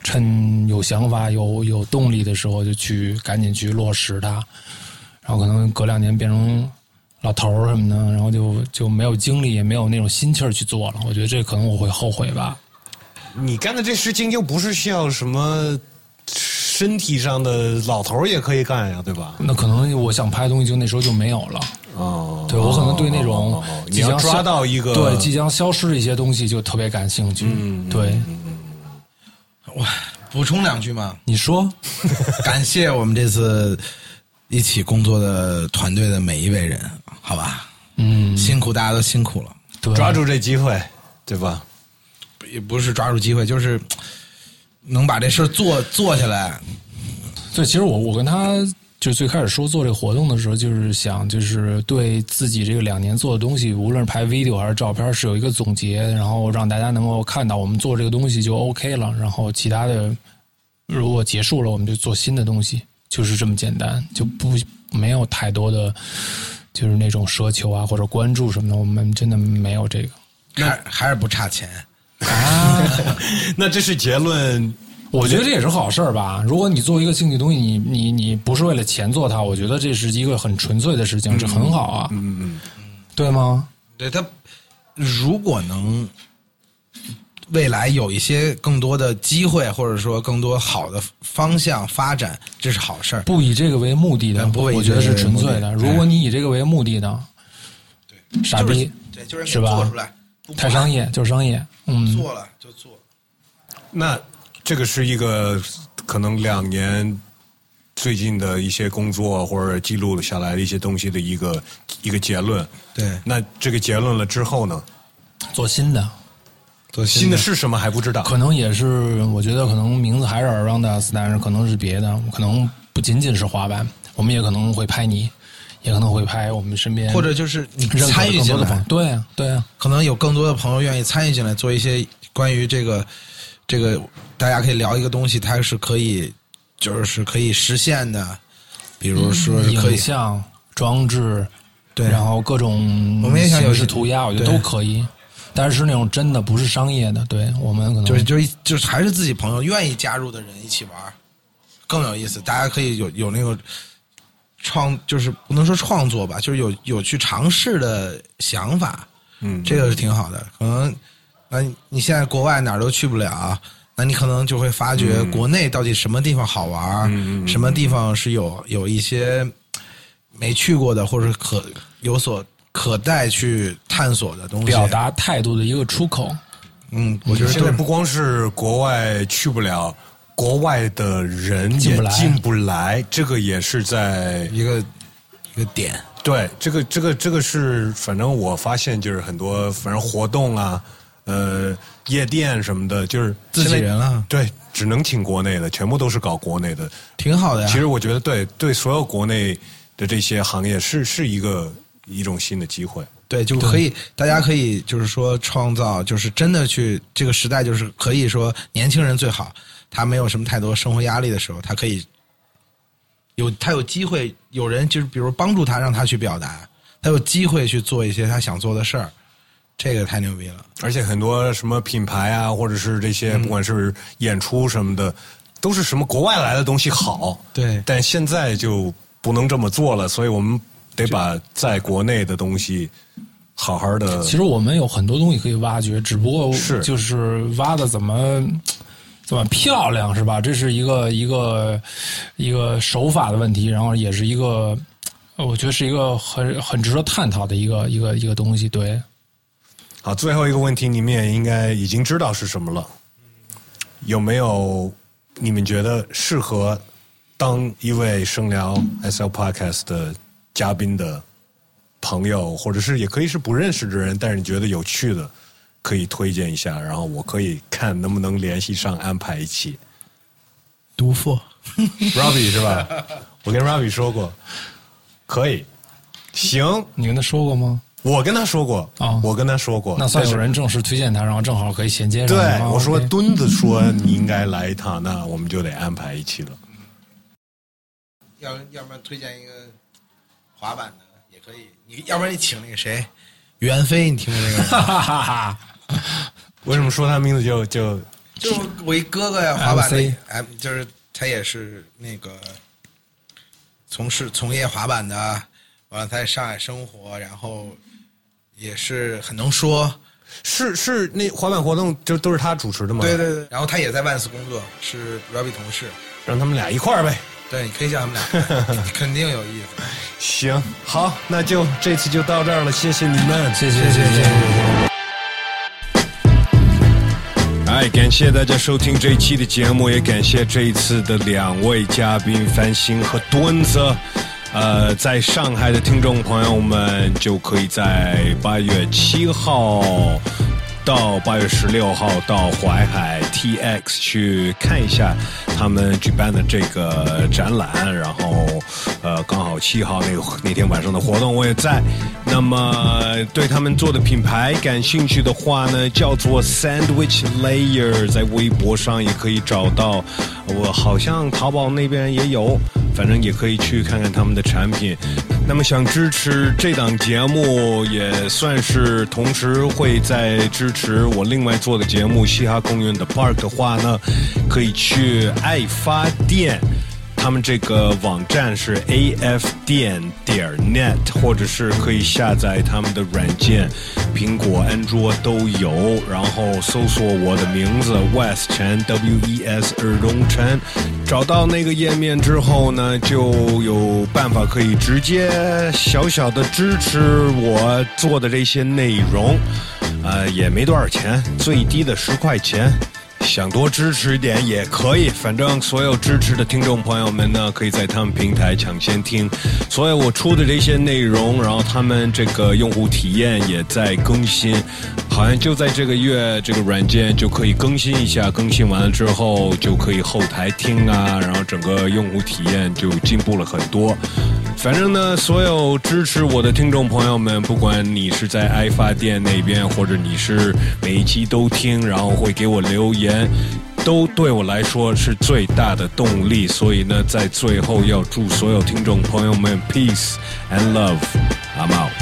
趁有想法、有动力的时候，就赶紧去落实它。然后可能隔2年变成老头儿什么的，然后就没有精力，也没有那种心气儿去做了。我觉得这可能我会后悔吧。 你干的这事情又不是需要什么身体上的，老头儿也可以干呀，对吧？ 那可能我想拍的东西就那时候就没有了。 哦， 对，我可能对那种你要抓到一个对即将消失的一些东西就特别感兴趣。对， 我补充2句嘛。 你说， 感谢我们这次一起工作的团队的每一位人，好吧？辛苦，大家都辛苦了。 对， 抓住这机会，对吧？ 也不是抓住机会，就是能把这事做下来。 对，其实我跟他就最开始说做这个活动的时候，就是想就是对自己这个2年做的东西，无论是拍 video 还是照片，是有一个总结，然后让大家能够看到我们做这个东西就 OK 了，然后其他的如果结束了，我们就做新的东西，就是这么简单，就没有太多的就是那种奢求啊或者关注什么的，我们真的没有这个， 还是不差钱啊。 那这是结论。 我觉得这也是好事儿吧。如果你做一个兴趣东西，你不是为了钱做它，我觉得这是一个很纯粹的事情，这很好啊。对吗？ 对，他如果能未来有一些更多的机会，或者说更多好的方向发展，这是好事儿。 不以这个为目的的，我觉得是纯粹的。如果你以这个为目的的， 对， 傻逼， 对，就是是吧？ 做出来， 太商业就是商业， 做了就做。 那这个是一个可能2年最近的一些工作或者记录下来的一些东西的一个结论。 对， 那这个结论了之后呢？ 做新的。 新的是什么还不知道， 可能也是，我觉得可能名字还是 Around Us， 但是可能是别的，可能不仅仅是滑板，我们也可能会拍你，也可能会拍我们身边， 或者就是你参与进来， 对啊，对啊， 可能有更多的朋友愿意参与进来，做一些关于这个大家可以聊一个东西，它是可以就是可以实现的，比如说是可以影像装置， 对， 然后各种我们也想有形式涂鸦，我觉得都可以。但是那种真的不是商业的，对我们可能就是还是自己朋友愿意加入的人一起玩，更有意思。大家可以有那个就是不能说创作吧，就是有去尝试的想法，这个是挺好的。可能你现在国外哪儿都去不了，那你可能就会发觉国内到底什么地方好玩，什么地方是有一些没去过的，或者有所可待去探索的东西， 表达态度的一个出口。 我觉得现在不光是国外去不了，国外的人也进不来，这个也是在一个点。 对，这个是，反正我发现就是很多，反正活动啊，夜店什么的，就是自己人了。 对，只能请国内的，全部都是搞国内的， 挺好的呀。 其实我觉得对所有国内的这些行业是一种新的机会， 对，就可以，大家可以就是说创造，就是真的去这个时代，就是可以说年轻人最好，他没有什么太多生活压力的时候，他可以他有机会，有人就是比如帮助他，让他去表达，他有机会去做一些他想做的事儿，这个太牛逼了。 而且很多什么品牌啊，或者是这些不管是演出什么的，都是什么国外来的东西好， 对， 但现在就不能这么做了，所以我们得把在国内的东西好好的。 其实我们有很多东西可以挖掘，只不过就是挖的怎么漂亮，是吧？这是一个手法的问题，然后也是一个，我觉得是一个很值得探讨的一个东西。对， 好，最后一个问题，你们也应该已经知道是什么了。有没有你们觉得适合当一位声聊 SL Podcast 的嘉宾的朋友，或者是也可以是不认识的人，但是你觉得有趣的，可以推荐一下，然后我可以看能不能联系上安排一起。 毒妇 Robbie 是吧？我跟 Robbie 说过，可以，行。 你跟他说过吗？ 我跟他说过啊， 我跟他说过。 那算有人正式推荐他，然后正好可以衔接上。 对，我说墩子说你应该来一趟，那我们就得安排一起了。 要不然推荐一个滑板的也可以，你要不然你请那个谁，袁飞，你听过那个？ 为什么说他名字就就是我一哥哥呀，滑板的，就是他也是那个从业滑板的，完了他在上海生活，然后也是很能说。 是那滑板活动就都是他主持的吗？ 对对对，然后他也在万斯工作，是 Robbie 同事， 让他们俩一块儿呗。 对，你可以叫他们俩，肯定有意思。 行，好，那就这次就到这儿了，谢谢你们， 谢谢。 哎，感谢大家收听这一期的节目，也感谢这一次的2位嘉宾繁星和墩子。在上海的听众朋友们就可以在8月7号到8月16号到淮海 TX 去看一下他们举办的这个展览，然后刚好7号那天晚上的活动我也在。那么对他们做的品牌感兴趣的话呢，叫做 Sandwich Layer， 在微博上也可以找到，我好像淘宝那边也有，反正也可以去看看他们的产品。那么想支持这档节目，也算是同时会在支持我另外做的节目嘻哈公园的 Park 的话呢，可以去爱发电，他们这个网站是 afden.net， 或者是可以下载他们的软件，苹果、安卓都有，然后搜索我的名字 Wes Chen WES 尔东陈，找到那个页面之后呢，就有办法可以直接小小的支持我做的这些内容，也没多少钱，最低的10块钱。想多支持一点也可以，反正所有支持的听众朋友们呢，可以在他们平台抢先听所有我出的这些内容，然后他们这个用户体验也在更新，好像就在这个月这个软件就可以更新一下，更新完了之后就可以后台听啊，然后整个用户体验就进步了很多。反正呢，所有支持我的听众朋友们，不管你是在爱发电那边，或者你是每一期都听，然后会给我留言，都对我来说是最大的动力。所以呢，在最后要祝所有听众朋友们 peace and love。I'm out。